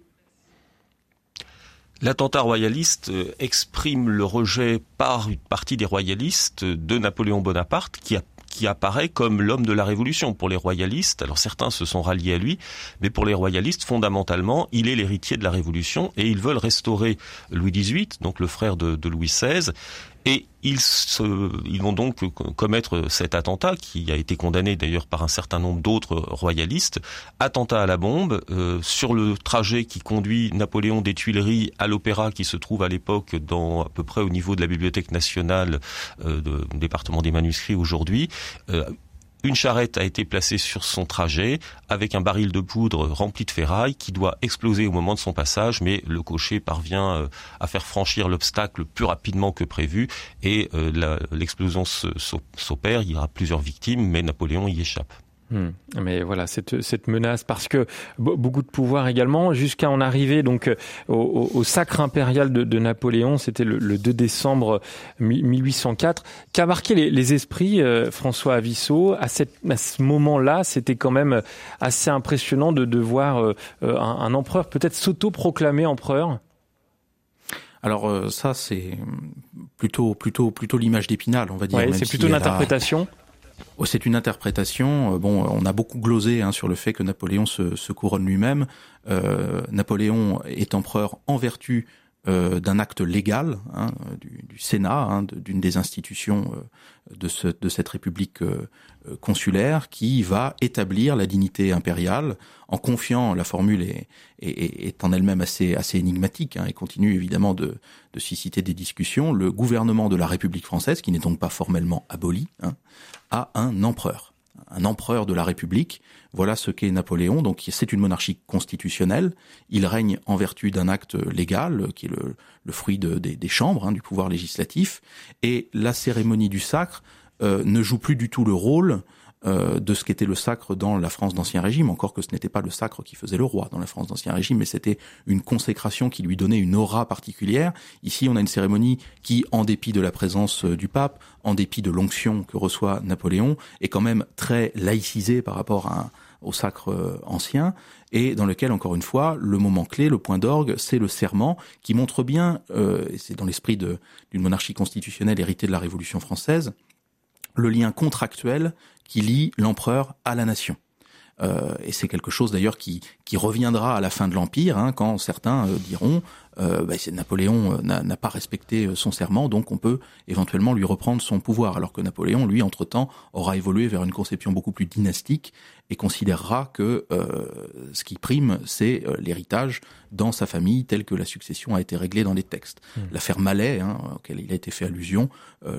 L'attentat royaliste exprime le rejet par une partie des royalistes de Napoléon Bonaparte qui apparaît comme l'homme de la Révolution pour les royalistes. Alors certains se sont ralliés à lui, mais pour les royalistes, fondamentalement, il est l'héritier de la Révolution et ils veulent restaurer Louis XVIII, donc le frère de Louis XVI. Et ils vont donc commettre cet attentat qui a été condamné d'ailleurs par un certain nombre d'autres royalistes. Attentat à la bombe sur le trajet qui conduit Napoléon des Tuileries à l'Opéra qui se trouve à l'époque à peu près au niveau de la Bibliothèque nationale département des manuscrits aujourd'hui. Une charrette a été placée sur son trajet avec un baril de poudre rempli de ferraille qui doit exploser au moment de son passage, mais le cocher parvient à faire franchir l'obstacle plus rapidement que prévu et l'explosion s'opère. Il y aura plusieurs victimes, mais Napoléon y échappe. Mais voilà, cette menace, parce que beaucoup de pouvoir également, jusqu'à en arriver donc au sacre impérial de Napoléon, c'était le 2 décembre 1804, qui a marqué les esprits, François Avissot. À ce moment-là, c'était quand même assez impressionnant de voir un empereur peut-être s'auto-proclamer empereur. Alors ça, c'est plutôt l'image d'Épinal, on va dire. Ouais, c'est plutôt une interprétation. C'est une interprétation. On a beaucoup glosé sur le fait que Napoléon se couronne lui-même. Napoléon est empereur en vertu d'un acte légal du Sénat, d'une des institutions de cette république consulaire, qui va établir la dignité impériale en confiant, la formule est en elle-même assez énigmatique et continue évidemment de susciter des discussions, le gouvernement de la République française, qui n'est donc pas formellement aboli, a un empereur de la République. Voilà ce qu'est Napoléon. Donc c'est une monarchie constitutionnelle. Il règne en vertu d'un acte légal qui est le fruit des chambres, du pouvoir législatif. Et la cérémonie du sacre ne joue plus du tout le rôle de ce qu'était le sacre dans la France d'Ancien Régime, encore que ce n'était pas le sacre qui faisait le roi dans la France d'Ancien Régime, mais c'était une consécration qui lui donnait une aura particulière. Ici, on a une cérémonie qui, en dépit de la présence du pape, en dépit de l'onction que reçoit Napoléon, est quand même très laïcisée par rapport au sacre ancien, et dans lequel, encore une fois, le moment clé, le point d'orgue, c'est le serment, qui montre bien, et c'est dans l'esprit d'une monarchie constitutionnelle héritée de la Révolution française, le lien contractuel qui lie l'empereur à la nation. Et c'est quelque chose d'ailleurs qui reviendra à la fin de l'Empire, quand certains diront Napoléon n'a pas respecté son serment, donc on peut éventuellement lui reprendre son pouvoir, alors que Napoléon, lui, entre-temps, aura évolué vers une conception beaucoup plus dynastique et considérera que ce qui prime, c'est l'héritage dans sa famille, tel que la succession a été réglée dans les textes. L'affaire Mallet, auquel il a été fait allusion,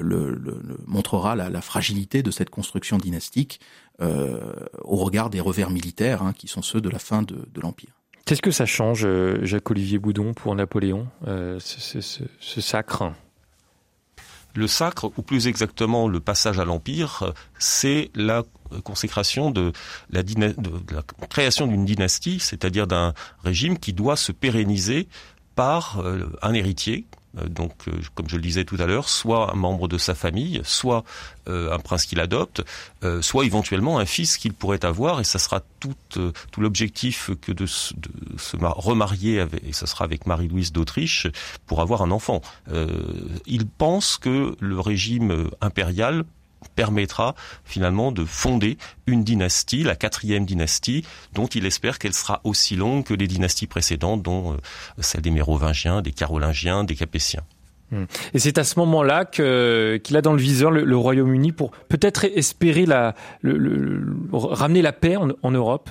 montrera la fragilité de cette construction dynastique au regard des revers militaires qui sont ceux de la fin de l'Empire. Qu'est-ce que ça change, Jacques-Olivier Boudon, pour Napoléon, ce sacre ? Le sacre, ou plus exactement le passage à l'Empire, c'est la consécration de la création d'une dynastie, c'est-à-dire d'un régime qui doit se pérenniser par un héritier. Donc, comme je le disais tout à l'heure, soit un membre de sa famille, soit un prince qu'il adopte, soit éventuellement un fils qu'il pourrait avoir, et ça sera tout l'objectif que de se remarier, et ça sera avec Marie-Louise d'Autriche, pour avoir un enfant. Il pense que le régime impérial permettra finalement de fonder une dynastie, la 4e dynastie, dont il espère qu'elle sera aussi longue que les dynasties précédentes, dont celle des Mérovingiens, des Carolingiens, des Capétiens. Et c'est à ce moment-là qu'il a dans le viseur le Royaume-Uni pour peut-être espérer ramener la paix en Europe.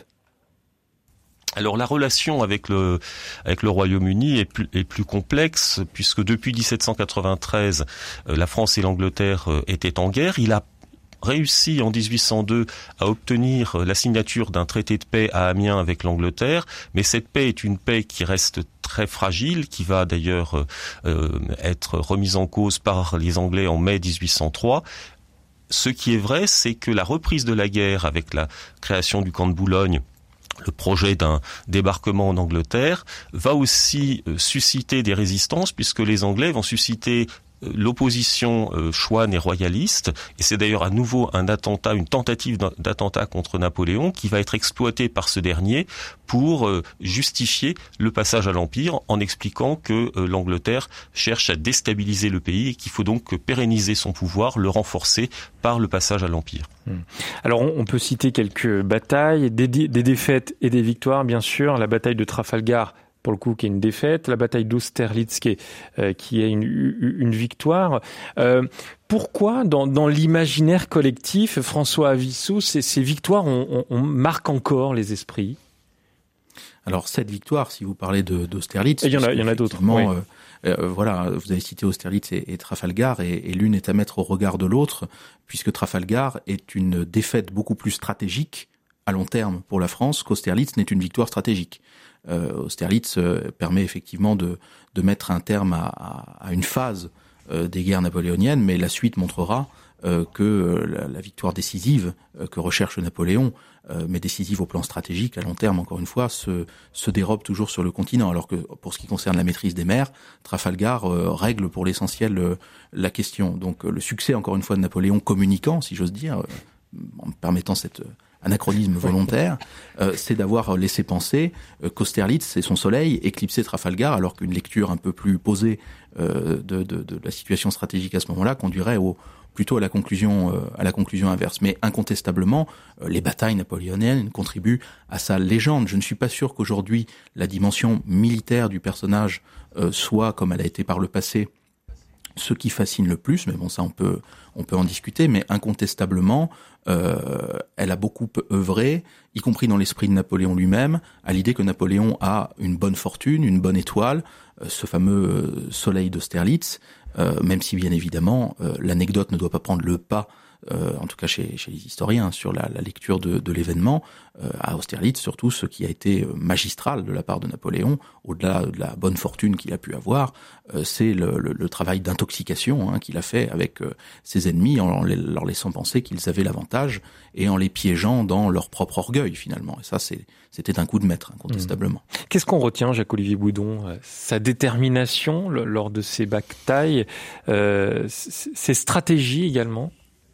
Alors la relation avec le Royaume-Uni est plus complexe, puisque depuis 1793, la France et l'Angleterre étaient en guerre. Il a réussi en 1802 à obtenir la signature d'un traité de paix à Amiens avec l'Angleterre, mais cette paix est une paix qui reste très fragile, qui va d'ailleurs être remise en cause par les Anglais en mai 1803. Ce qui est vrai, c'est que la reprise de la guerre avec la création du camp de Boulogne, le projet d'un débarquement en Angleterre, va aussi susciter des résistances, puisque les Anglais vont susciter l'opposition chouane et royaliste, et c'est d'ailleurs à nouveau une tentative d'attentat contre Napoléon qui va être exploitée par ce dernier pour justifier le passage à l'Empire, en expliquant que l'Angleterre cherche à déstabiliser le pays et qu'il faut donc pérenniser son pouvoir, le renforcer par le passage à l'Empire. Alors on peut citer quelques batailles, des défaites et des victoires, bien sûr. La bataille de Trafalgar, pour le coup, qui est une défaite, la bataille d'Austerlitz qui est une victoire. Pourquoi, dans l'imaginaire collectif, François Avissou, ces victoires on marque encore les esprits? Alors cette victoire, si vous parlez d'Austerlitz, il y en a d'autres. Oui. Voilà, vous avez cité Austerlitz et Trafalgar, et l'une est à mettre au regard de l'autre, puisque Trafalgar est une défaite beaucoup plus stratégique à long terme pour la France qu'Austerlitz n'est une victoire stratégique. Austerlitz permet effectivement de mettre un terme à une phase des guerres napoléoniennes, mais la suite montrera que la victoire décisive que recherche Napoléon, mais décisive au plan stratégique, à long terme, encore une fois, se dérobe toujours sur le continent. Alors que pour ce qui concerne la maîtrise des mers, Trafalgar règle pour l'essentiel la question. Donc le succès, encore une fois, de Napoléon communiquant, si j'ose dire, en permettant cet anachronisme volontaire, c'est d'avoir laissé penser qu'Austerlitz et son soleil éclipsaient Trafalgar, alors qu'une lecture un peu plus posée de la situation stratégique à ce moment-là conduirait plutôt à la conclusion inverse. Mais incontestablement, les batailles napoléoniennes contribuent à sa légende. Je ne suis pas sûr qu'aujourd'hui la dimension militaire du personnage soit, comme elle a été par le passé, ce qui fascine le plus, mais bon, ça on peut en discuter, mais incontestablement, elle a beaucoup œuvré, y compris dans l'esprit de Napoléon lui-même, à l'idée que Napoléon a une bonne fortune, une bonne étoile, ce fameux soleil d'Austerlitz, même si bien évidemment l'anecdote ne doit pas prendre le pas, en tout cas chez les historiens, sur la lecture de l'événement. À Austerlitz, surtout, ce qui a été magistral de la part de Napoléon, au-delà de la bonne fortune qu'il a pu avoir, c'est le travail d'intoxication qu'il a fait avec ses ennemis, en leur laissant penser qu'ils avaient l'avantage et en les piégeant dans leur propre orgueil, finalement. Et ça, c'était un coup de maître, incontestablement. Qu'est-ce qu'on retient, Jacques-Olivier Boudon? Sa détermination lors de ces batailles, ses stratégies également?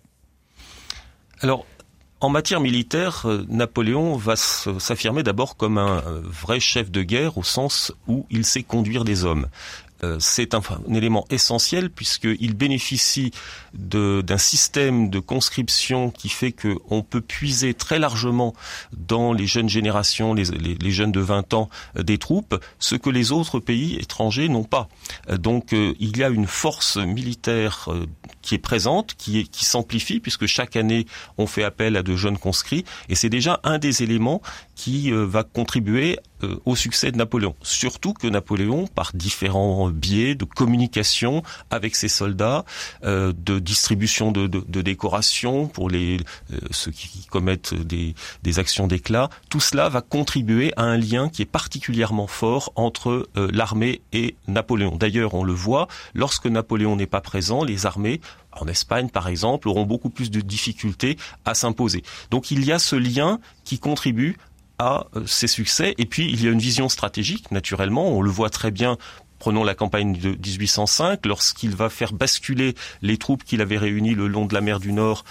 Alors, en matière militaire, Napoléon va s'affirmer d'abord comme un vrai chef de guerre, au sens où il sait conduire des hommes. C'est un élément essentiel, puisqu'il bénéficie d'un système de conscription qui fait qu'on peut puiser très largement dans les jeunes générations, les jeunes de 20 ans des troupes, ce que les autres pays étrangers n'ont pas. Donc il y a une force militaire qui est présente, qui s'amplifie, puisque chaque année on fait appel à de jeunes conscrits, et c'est déjà un des éléments qui va contribuer au succès de Napoléon. Surtout que Napoléon, par différents biais de communication avec ses soldats, de distribution de décorations pour ceux qui commettent des actions d'éclat, tout cela va contribuer à un lien qui est particulièrement fort entre l'armée et Napoléon. D'ailleurs, on le voit, lorsque Napoléon n'est pas présent, les armées, en Espagne par exemple, auront beaucoup plus de difficultés à s'imposer. Donc il y a ce lien qui contribue à ses succès. Et puis il y a une vision stratégique, naturellement, on le voit très bien. Prenons la campagne de 1805, lorsqu'il va faire basculer les troupes qu'il avait réunies le long de la mer du Nord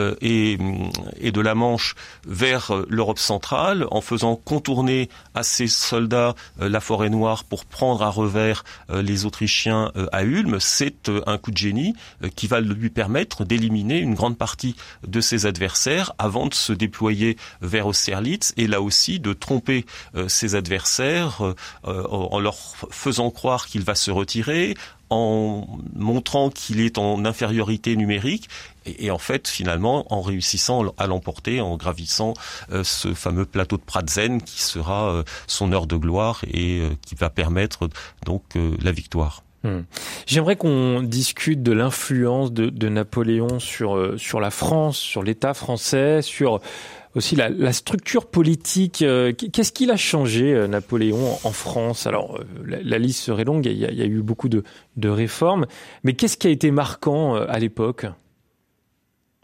et de la Manche vers l'Europe centrale, en faisant contourner à ses soldats la forêt noire pour prendre à revers les Autrichiens à Ulm. C'est un coup de génie qui va lui permettre d'éliminer une grande partie de ses adversaires avant de se déployer vers Austerlitz, et là aussi de tromper ses adversaires en leur faisant croire qu'il va se retirer, en montrant qu'il est en infériorité numérique, et en fait, finalement, en réussissant à l'emporter, en gravissant ce fameux plateau de Pratzen qui sera son heure de gloire et qui va permettre donc la victoire. J'aimerais qu'on discute de l'influence de Napoléon sur la France, sur l'État français, sur aussi la structure politique. Qu'est-ce qu'il a changé, Napoléon, en France? Alors, la liste serait longue, il y a eu beaucoup de réformes, mais qu'est-ce qui a été marquant à l'époque?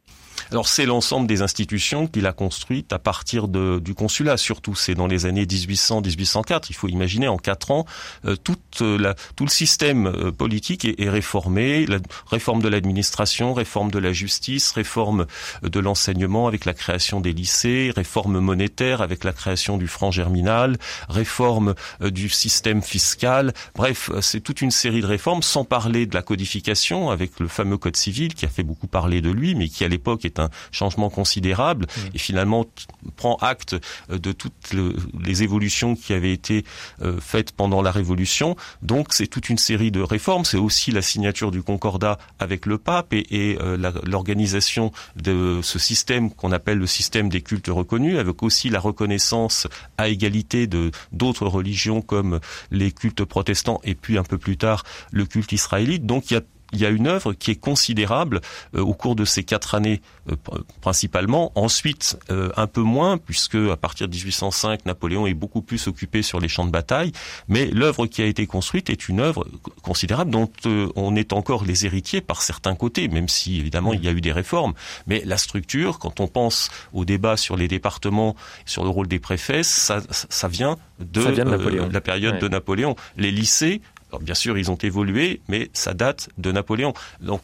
Alors c'est l'ensemble des institutions qu'il a construites à partir du consulat, surtout c'est dans les années 1800-1804. Il faut imaginer en 4 ans tout le système politique est réformé, la réforme de l'administration, réforme de la justice, réforme de l'enseignement avec la création des lycées, réforme monétaire avec la création du franc germinal, réforme du système fiscal. Bref, c'est toute une série de réformes, sans parler de la codification avec le fameux code civil qui a fait beaucoup parler de lui, mais qui à l'époque est un changement considérable et finalement prend acte de toutes les évolutions qui avaient été faites pendant la Révolution. Donc c'est toute une série de réformes. C'est aussi la signature du Concordat avec le pape et l'organisation de ce système qu'on appelle le système des cultes reconnus, avec aussi la reconnaissance à égalité de d'autres religions comme les cultes protestants et puis un peu plus tard le culte israélite. Donc il y a une œuvre qui est considérable au cours de ces 4 années principalement. Ensuite, un peu moins, puisque à partir de 1805, Napoléon est beaucoup plus occupé sur les champs de bataille. Mais l'œuvre qui a été construite est une œuvre considérable dont on est encore les héritiers par certains côtés, même si évidemment il y a eu des réformes. Mais la structure, quand on pense au débat sur les départements, sur le rôle des préfets, ça vient de la période de Napoléon. Les lycées, alors bien sûr, ils ont évolué, mais ça date de Napoléon. Donc,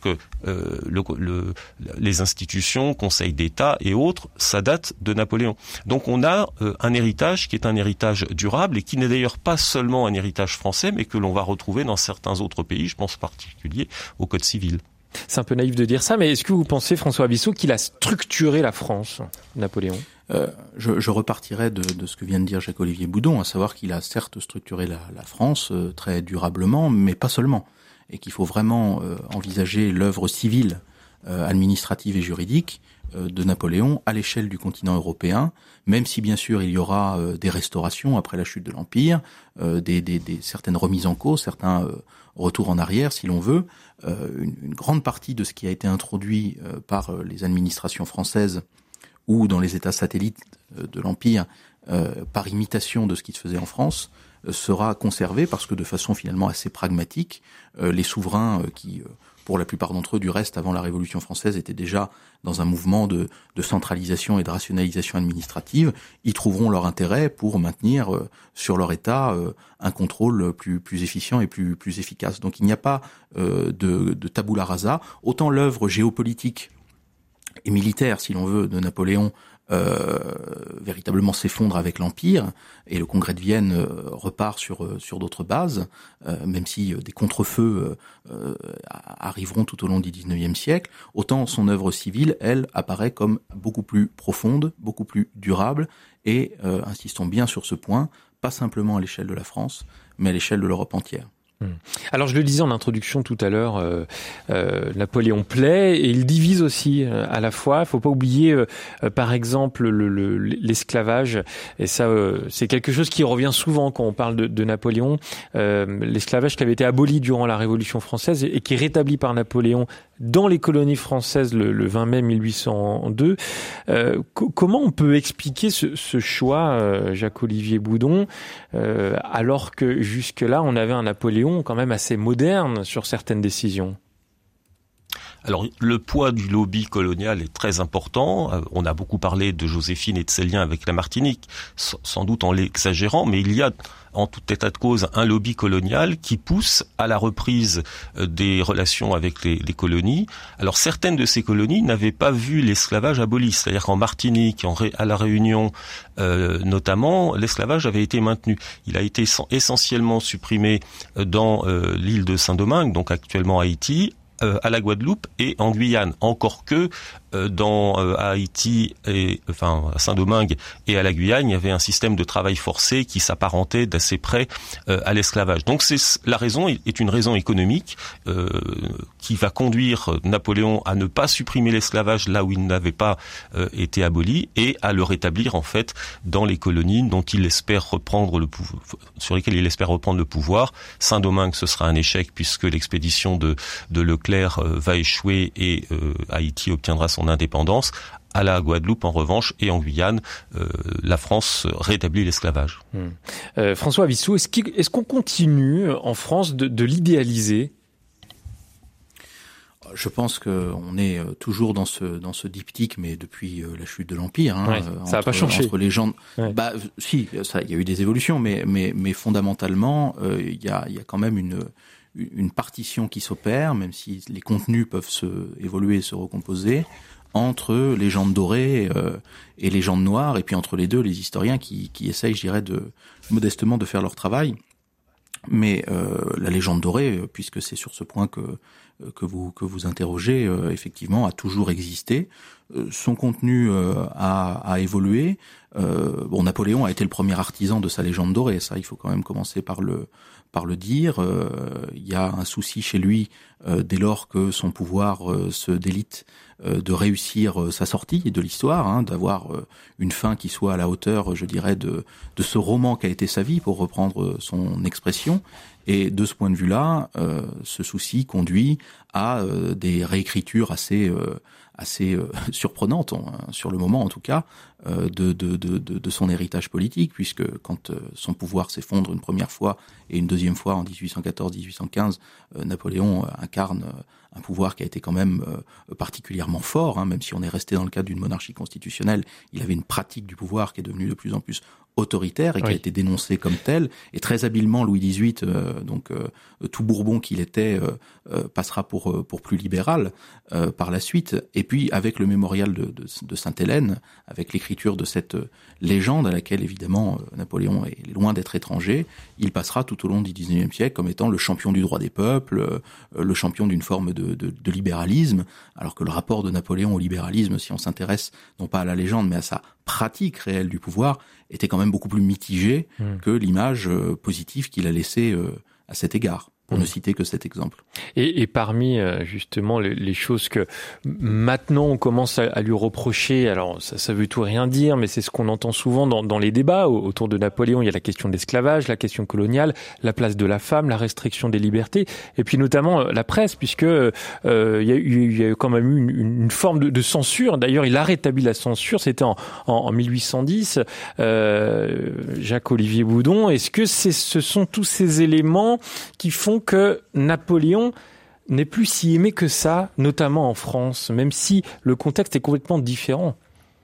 les institutions, Conseil d'État et autres, ça date de Napoléon. Donc, on a un héritage qui est un héritage durable et qui n'est d'ailleurs pas seulement un héritage français, mais que l'on va retrouver dans certains autres pays. Je pense en particulier au Code civil. C'est un peu naïf de dire ça, mais est-ce que vous pensez, François Abissot, qu'il a structuré la France, Napoléon ? Je repartirai de ce que vient de dire Jacques-Olivier Boudon, à savoir qu'il a certes structuré la France très durablement, mais pas seulement, et qu'il faut vraiment envisager l'œuvre civile, administrative et juridique de Napoléon à l'échelle du continent européen, même si bien sûr il y aura des restaurations après la chute de l'Empire, certaines remises en cause, certains retours en arrière si l'on veut. Une grande partie de ce qui a été introduit par les administrations françaises ou dans les États satellites de l'Empire, par imitation de ce qui se faisait en France, sera conservé parce que de façon finalement assez pragmatique, les souverains qui, pour la plupart d'entre eux, du reste, avant la Révolution française, étaient déjà dans un mouvement de centralisation et de rationalisation administrative, y trouveront leur intérêt pour maintenir sur leur État un contrôle plus efficient et plus efficace. Donc il n'y a pas de tabula rasa. Autant l'œuvre géopolitique et militaire, si l'on veut, de Napoléon véritablement s'effondre avec l'Empire, et le Congrès de Vienne repart sur d'autres bases, même si des contre-feux arriveront tout au long du XIXe siècle, autant son œuvre civile, elle, apparaît comme beaucoup plus profonde, beaucoup plus durable, et, insistons bien sur ce point, pas simplement à l'échelle de la France, mais à l'échelle de l'Europe entière. Alors je le disais en introduction tout à l'heure, Napoléon plaît et il divise aussi à la fois. Il ne faut pas oublier par exemple l'esclavage, et ça c'est quelque chose qui revient souvent quand on parle de Napoléon. L'esclavage qui avait été aboli durant la Révolution française et qui est rétabli par Napoléon dans les colonies françaises le 20 mai 1802. Comment on peut expliquer ce choix, Jacques-Olivier Boudon, alors que jusque-là on avait un Napoléon quand même assez moderne sur certaines décisions? Alors, le poids du lobby colonial est très important. On a beaucoup parlé de Joséphine et de ses liens avec la Martinique, sans doute en l'exagérant, mais il y a, en tout état de cause, un lobby colonial qui pousse à la reprise des relations avec les colonies. Alors, certaines de ces colonies n'avaient pas vu l'esclavage aboli, c'est-à-dire qu'en Martinique, à la Réunion notamment, l'esclavage avait été maintenu. Il a été essentiellement supprimé dans l'île de Saint-Domingue, donc actuellement Haïti, à la Guadeloupe et en Guyane. Encore que à Haïti à Saint-Domingue et à la Guyane, il y avait un système de travail forcé qui s'apparentait d'assez près à l'esclavage. Donc la raison est une raison économique qui va conduire Napoléon à ne pas supprimer l'esclavage là où il n'avait pas été aboli et à le rétablir en fait dans les colonies dont il espère reprendre sur lesquelles il espère reprendre le pouvoir. Saint-Domingue, ce sera un échec puisque l'expédition de Leclerc va échouer et Haïti obtiendra son indépendance. À la Guadeloupe, en revanche, et en Guyane, la France rétablit l'esclavage. François Abissot, est-ce qu'on continue en France de l'idéaliser ? Je pense qu'on est toujours dans ce diptyque, mais depuis la chute de l'Empire. Ouais, ça n'a pas changé. Entre légendes, ouais. Si, il y a eu des évolutions, mais fondamentalement, il y a quand même une partition qui s'opère, même si les contenus peuvent évoluer et se recomposer, entre légendes dorées et légendes noires, et puis entre les deux, les historiens qui essayent, je dirais, modestement de faire leur travail. Mais la légende dorée, puisque c'est sur ce point que vous interrogez, effectivement, a toujours existé. Son contenu a évolué. Napoléon a été le premier artisan de sa légende dorée. Ça, il faut quand même commencer par le dire. Il y a un souci chez lui dès lors que son pouvoir se délite de réussir sa sortie de l'histoire, d'avoir une fin qui soit à la hauteur, je dirais, de ce roman qu'a été sa vie, pour reprendre son expression. Et de ce point de vue-là, ce souci conduit à des réécritures assez surprenantes, sur le moment en tout cas, de son héritage politique, puisque quand son pouvoir s'effondre une première fois et une deuxième fois en 1814-1815, Napoléon incarne un pouvoir qui a été quand même particulièrement fort, même si on est resté dans le cadre d'une monarchie constitutionnelle. Il avait une pratique du pouvoir qui est devenue de plus en plus autoritaire et qui a été dénoncée comme telle. Et très habilement, Louis XVIII, tout Bourbon qu'il était, passera pour plus libéral par la suite. Et puis avec le mémorial de Sainte-Hélène, avec l'écriture de cette légende à laquelle évidemment Napoléon est loin d'être étranger, il passera tout au long du XIXe siècle comme étant le champion du droit des peuples, le champion d'une forme de libéralisme, alors que le rapport de Napoléon au libéralisme, si on s'intéresse non pas à la légende mais à sa pratique réelle du pouvoir, était quand même beaucoup plus mitigé que l'image positive qu'il a laissée à cet égard, pour ne citer que cet exemple. Et parmi justement les choses que maintenant on commence à lui reprocher, alors ça veut tout rien dire, mais c'est ce qu'on entend souvent dans les débats autour de Napoléon. Il y a la question de l'esclavage, la question coloniale, la place de la femme, la restriction des libertés, et puis notamment la presse, puisque il y a quand même eu une forme de censure. D'ailleurs, il a rétabli la censure, c'était en 1810. Jacques-Olivier Boudon, est-ce que ce sont tous ces éléments qui font que Napoléon n'est plus si aimé que ça, notamment en France, même si le contexte est complètement différent?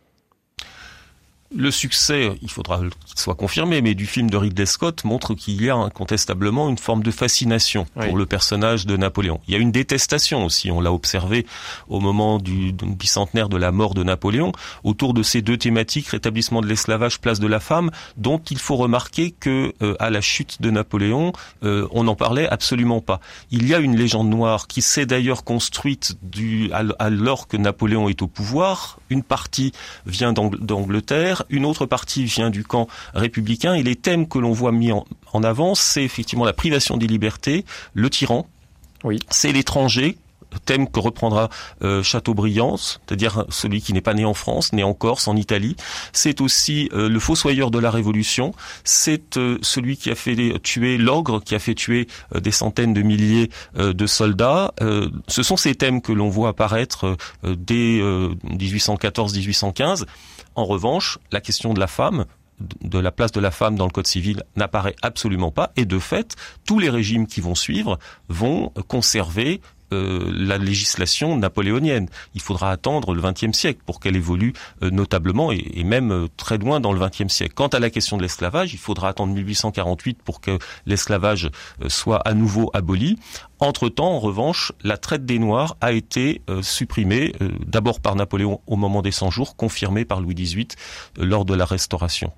Le succès, il faudra qu'il soit confirmé, mais du film de Ridley Scott montre qu'il y a incontestablement une forme de fascination pour le personnage de Napoléon. Il y a une détestation aussi, on l'a observé au moment du bicentenaire de la mort de Napoléon, autour de ces deux thématiques, rétablissement de l'esclavage, place de la femme, dont il faut remarquer que à la chute de Napoléon, on n'en parlait absolument pas. Il y a une légende noire qui s'est d'ailleurs construite alors que Napoléon est au pouvoir. Une partie vient d'Angleterre, une autre partie vient du camp républicain, et les thèmes que l'on voit mis en avant, c'est effectivement la privation des libertés, le tyran, c'est l'étranger, thème que reprendra Chateaubriand, c'est-à-dire celui qui n'est pas né en France, né en Corse, en Italie. C'est aussi le fossoyeur de la Révolution, c'est celui qui a fait tuer l'ogre, qui a fait tuer des centaines de milliers de soldats. Ce sont ces thèmes que l'on voit apparaître dès 1814-1815. En revanche, la question de la femme, de la place de la femme dans le Code civil, n'apparaît absolument pas. Et de fait, tous les régimes qui vont suivre vont conserver la législation napoléonienne. Il faudra attendre le XXe siècle pour qu'elle évolue notablement et même très loin dans le XXe siècle. Quant à la question de l'esclavage, il faudra attendre 1848 pour que l'esclavage soit à nouveau aboli. Entre-temps, en revanche, la traite des Noirs a été supprimée, d'abord par Napoléon au moment des 100 jours, confirmée par Louis XVIII lors de la Restauration.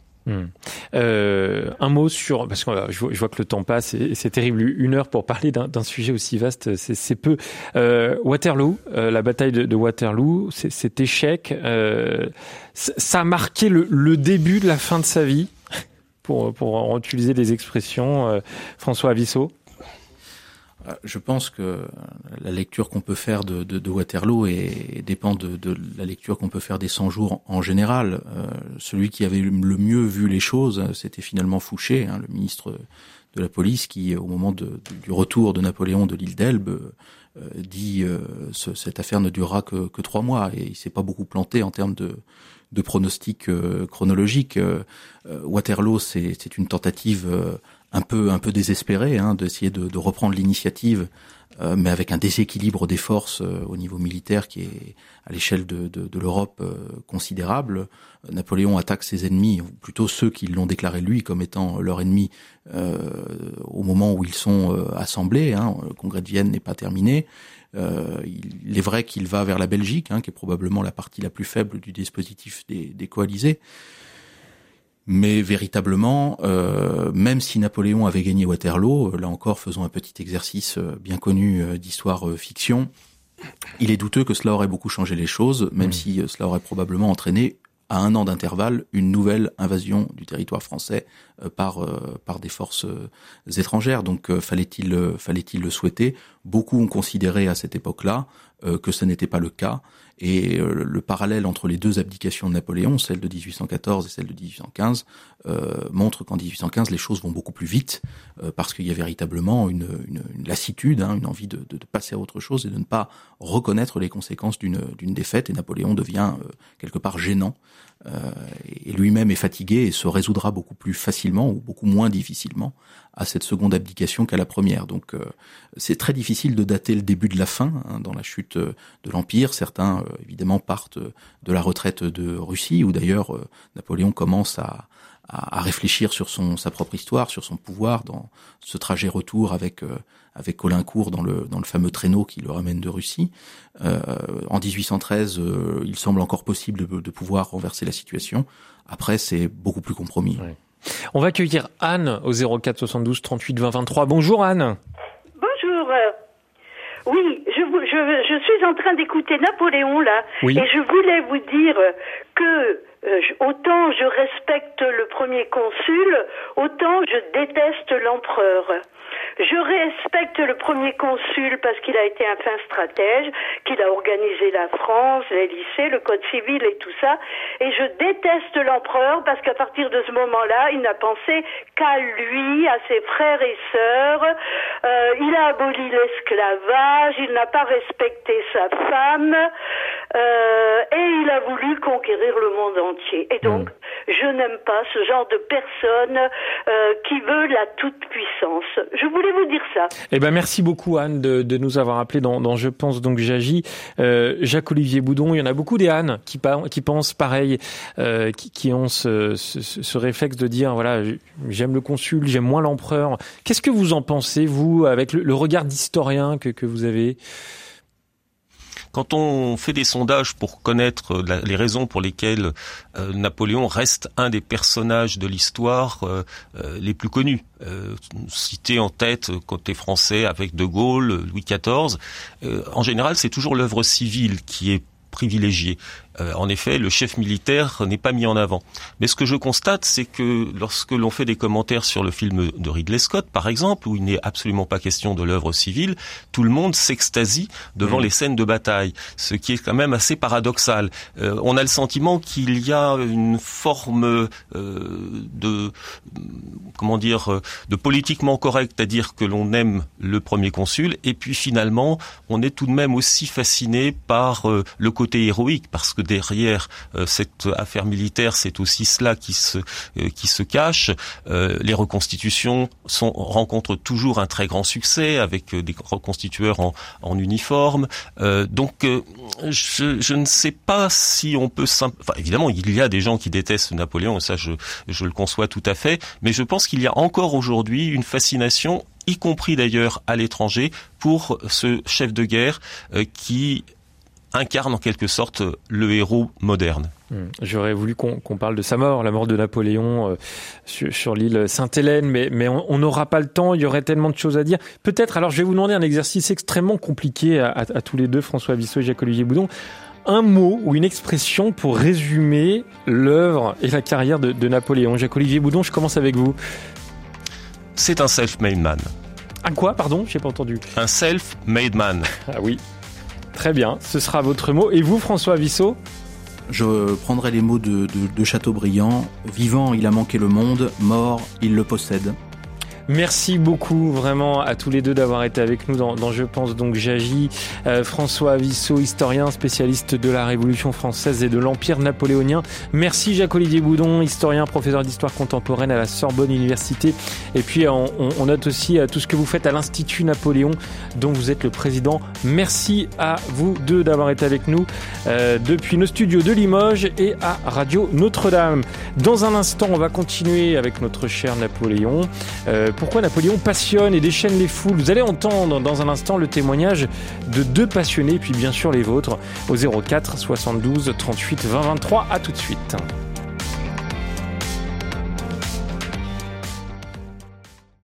Un mot sur, parce que je vois que le temps passe et c'est terrible, 1 heure pour parler d'un sujet aussi vaste, c'est peu. Waterloo, la bataille de Waterloo, cet échec, ça a marqué le début de la fin de sa vie, pour utiliser des expressions, François Avissot. Je pense que la lecture qu'on peut faire de Waterloo dépend de la lecture qu'on peut faire des 100 jours en général. Celui qui avait le mieux vu les choses, c'était finalement Fouché, le ministre de la police, qui, au moment du retour de Napoléon de l'île d'Elbe, dit cette affaire ne durera que 3 mois, et il s'est pas beaucoup planté en termes de pronostics chronologiques. Waterloo, c'est une tentative un peu désespéré, d'essayer de reprendre l'initiative mais avec un déséquilibre des forces au niveau militaire qui est à l'échelle de l'Europe considérable. Napoléon attaque ses ennemis, ou plutôt ceux qui l'ont déclaré lui comme étant leur ennemi, au moment où ils sont assemblés. Le congrès de Vienne n'est pas terminé. Il est vrai qu'il va vers la Belgique, qui est probablement la partie la plus faible du dispositif des coalisés. Mais véritablement, même si Napoléon avait gagné Waterloo, là encore faisons un petit exercice bien connu d'histoire fiction, il est douteux que cela aurait beaucoup changé les choses, même si cela aurait probablement entraîné à 1 an d'intervalle une nouvelle invasion du territoire français par des forces étrangères. Donc fallait-il le souhaiter? Beaucoup ont considéré à cette époque-là que ce n'était pas le cas. Et le parallèle entre les 2 abdications de Napoléon, celle de 1814 et celle de 1815, montre qu'en 1815 les choses vont beaucoup plus vite, parce qu'il y a véritablement une lassitude, une envie de passer à autre chose et de ne pas reconnaître les conséquences d'une défaite. Et Napoléon devient quelque part gênant, et lui-même est fatigué et se résoudra beaucoup plus facilement ou beaucoup moins difficilement à cette seconde abdication qu'à la première. Donc c'est très difficile de dater le début de la fin dans la chute de l'Empire. Certains évidemment partent de la retraite de Russie, où d'ailleurs Napoléon commence à réfléchir sur sa propre histoire, sur son pouvoir dans ce trajet retour avec Caulaincourt dans le fameux traîneau qui le ramène de Russie. En 1813, il semble encore possible de pouvoir renverser la situation. Après, c'est beaucoup plus compromis. Ouais. On va accueillir Anne au 04 72 38 20 23. Bonjour Anne. Bonjour. Oui, je suis en train d'écouter Napoléon là, oui. Et je voulais vous dire que autant je respecte le premier consul, autant je déteste l'empereur. Je respecte le premier consul parce qu'il a été un fin stratège, qu'il a organisé la France, les lycées, le code civil et tout ça. Et je déteste l'empereur parce qu'à partir de ce moment-là, il n'a pensé qu'à lui, à ses frères et sœurs. Il a aboli l'esclavage, il n'a pas respecté sa femme, et il a voulu conquérir le monde entier. Et donc, je n'aime pas ce genre de personne qui veut la toute-puissance. Je voulais vous dire ça. Eh ben merci beaucoup Anne de nous avoir appelé dans Je pense donc j'agis. Jacques-Olivier Boudon, il y en a beaucoup des Anne qui pensent pareil, qui ont ce réflexe de dire voilà, j'aime le consul, j'aime moins l'empereur. Qu'est-ce que vous en pensez, vous, avec le regard d'historien que vous avez? Quand on fait des sondages pour connaître les raisons pour lesquelles Napoléon reste un des personnages de l'histoire les plus connus, cité en tête côté français avec De Gaulle, Louis XIV, en général c'est toujours l'œuvre civile qui est privilégiée. En effet, le chef militaire n'est pas mis en avant. Mais ce que je constate, c'est que lorsque l'on fait des commentaires sur le film de Ridley Scott, par exemple, où il n'est absolument pas question de l'œuvre civile, tout le monde s'extasie devant les scènes de bataille, ce qui est quand même assez paradoxal. On a le sentiment qu'il y a une forme de politiquement correct, c'est-à-dire que l'on aime le premier consul, et puis finalement, on est tout de même aussi fasciné par le côté héroïque, parce que derrière cette affaire militaire, c'est aussi cela qui se cache. Les reconstitutions rencontrent toujours un très grand succès avec des reconstitueurs en uniforme. Donc je ne sais pas si on peut évidemment, il y a des gens qui détestent Napoléon, et ça je le conçois tout à fait, mais je pense qu'il y a encore aujourd'hui une fascination, y compris d'ailleurs à l'étranger, pour ce chef de guerre qui incarne en quelque sorte le héros moderne. J'aurais voulu qu'on parle de sa mort, la mort de Napoléon sur l'île Sainte-Hélène, mais on n'aura pas le temps, il y aurait tellement de choses à dire. Peut-être, alors je vais vous demander un exercice extrêmement compliqué à tous les deux, François Vissot et Jacques-Olivier Boudon. Un mot ou une expression pour résumer l'œuvre et la carrière de Napoléon. Jacques-Olivier Boudon, je commence avec vous. C'est un self-made man. Un quoi, pardon? J'ai pas entendu. Un self-made man. Ah oui. Très bien, ce sera votre mot. Et vous, François Vissot? Je prendrai les mots de Chateaubriand. Vivant, il a manqué le monde. Mort, il le possède. Merci beaucoup vraiment à tous les deux d'avoir été avec nous dans Je pense donc j'agis. François Avissot, historien spécialiste de la Révolution française et de l'Empire napoléonien. Merci Jacques-Olivier Boudon, historien, professeur d'histoire contemporaine à la Sorbonne Université. Et puis on note aussi tout ce que vous faites à l'Institut Napoléon dont vous êtes le président. Merci à vous deux d'avoir été avec nous depuis nos studios de Limoges et à Radio Notre-Dame. Dans un instant, on va continuer avec notre cher Napoléon. Pourquoi Napoléon passionne et déchaîne les foules. Vous allez entendre dans un instant le témoignage de deux passionnés, puis bien sûr les vôtres, au 04 72 38 20 23. À tout de suite.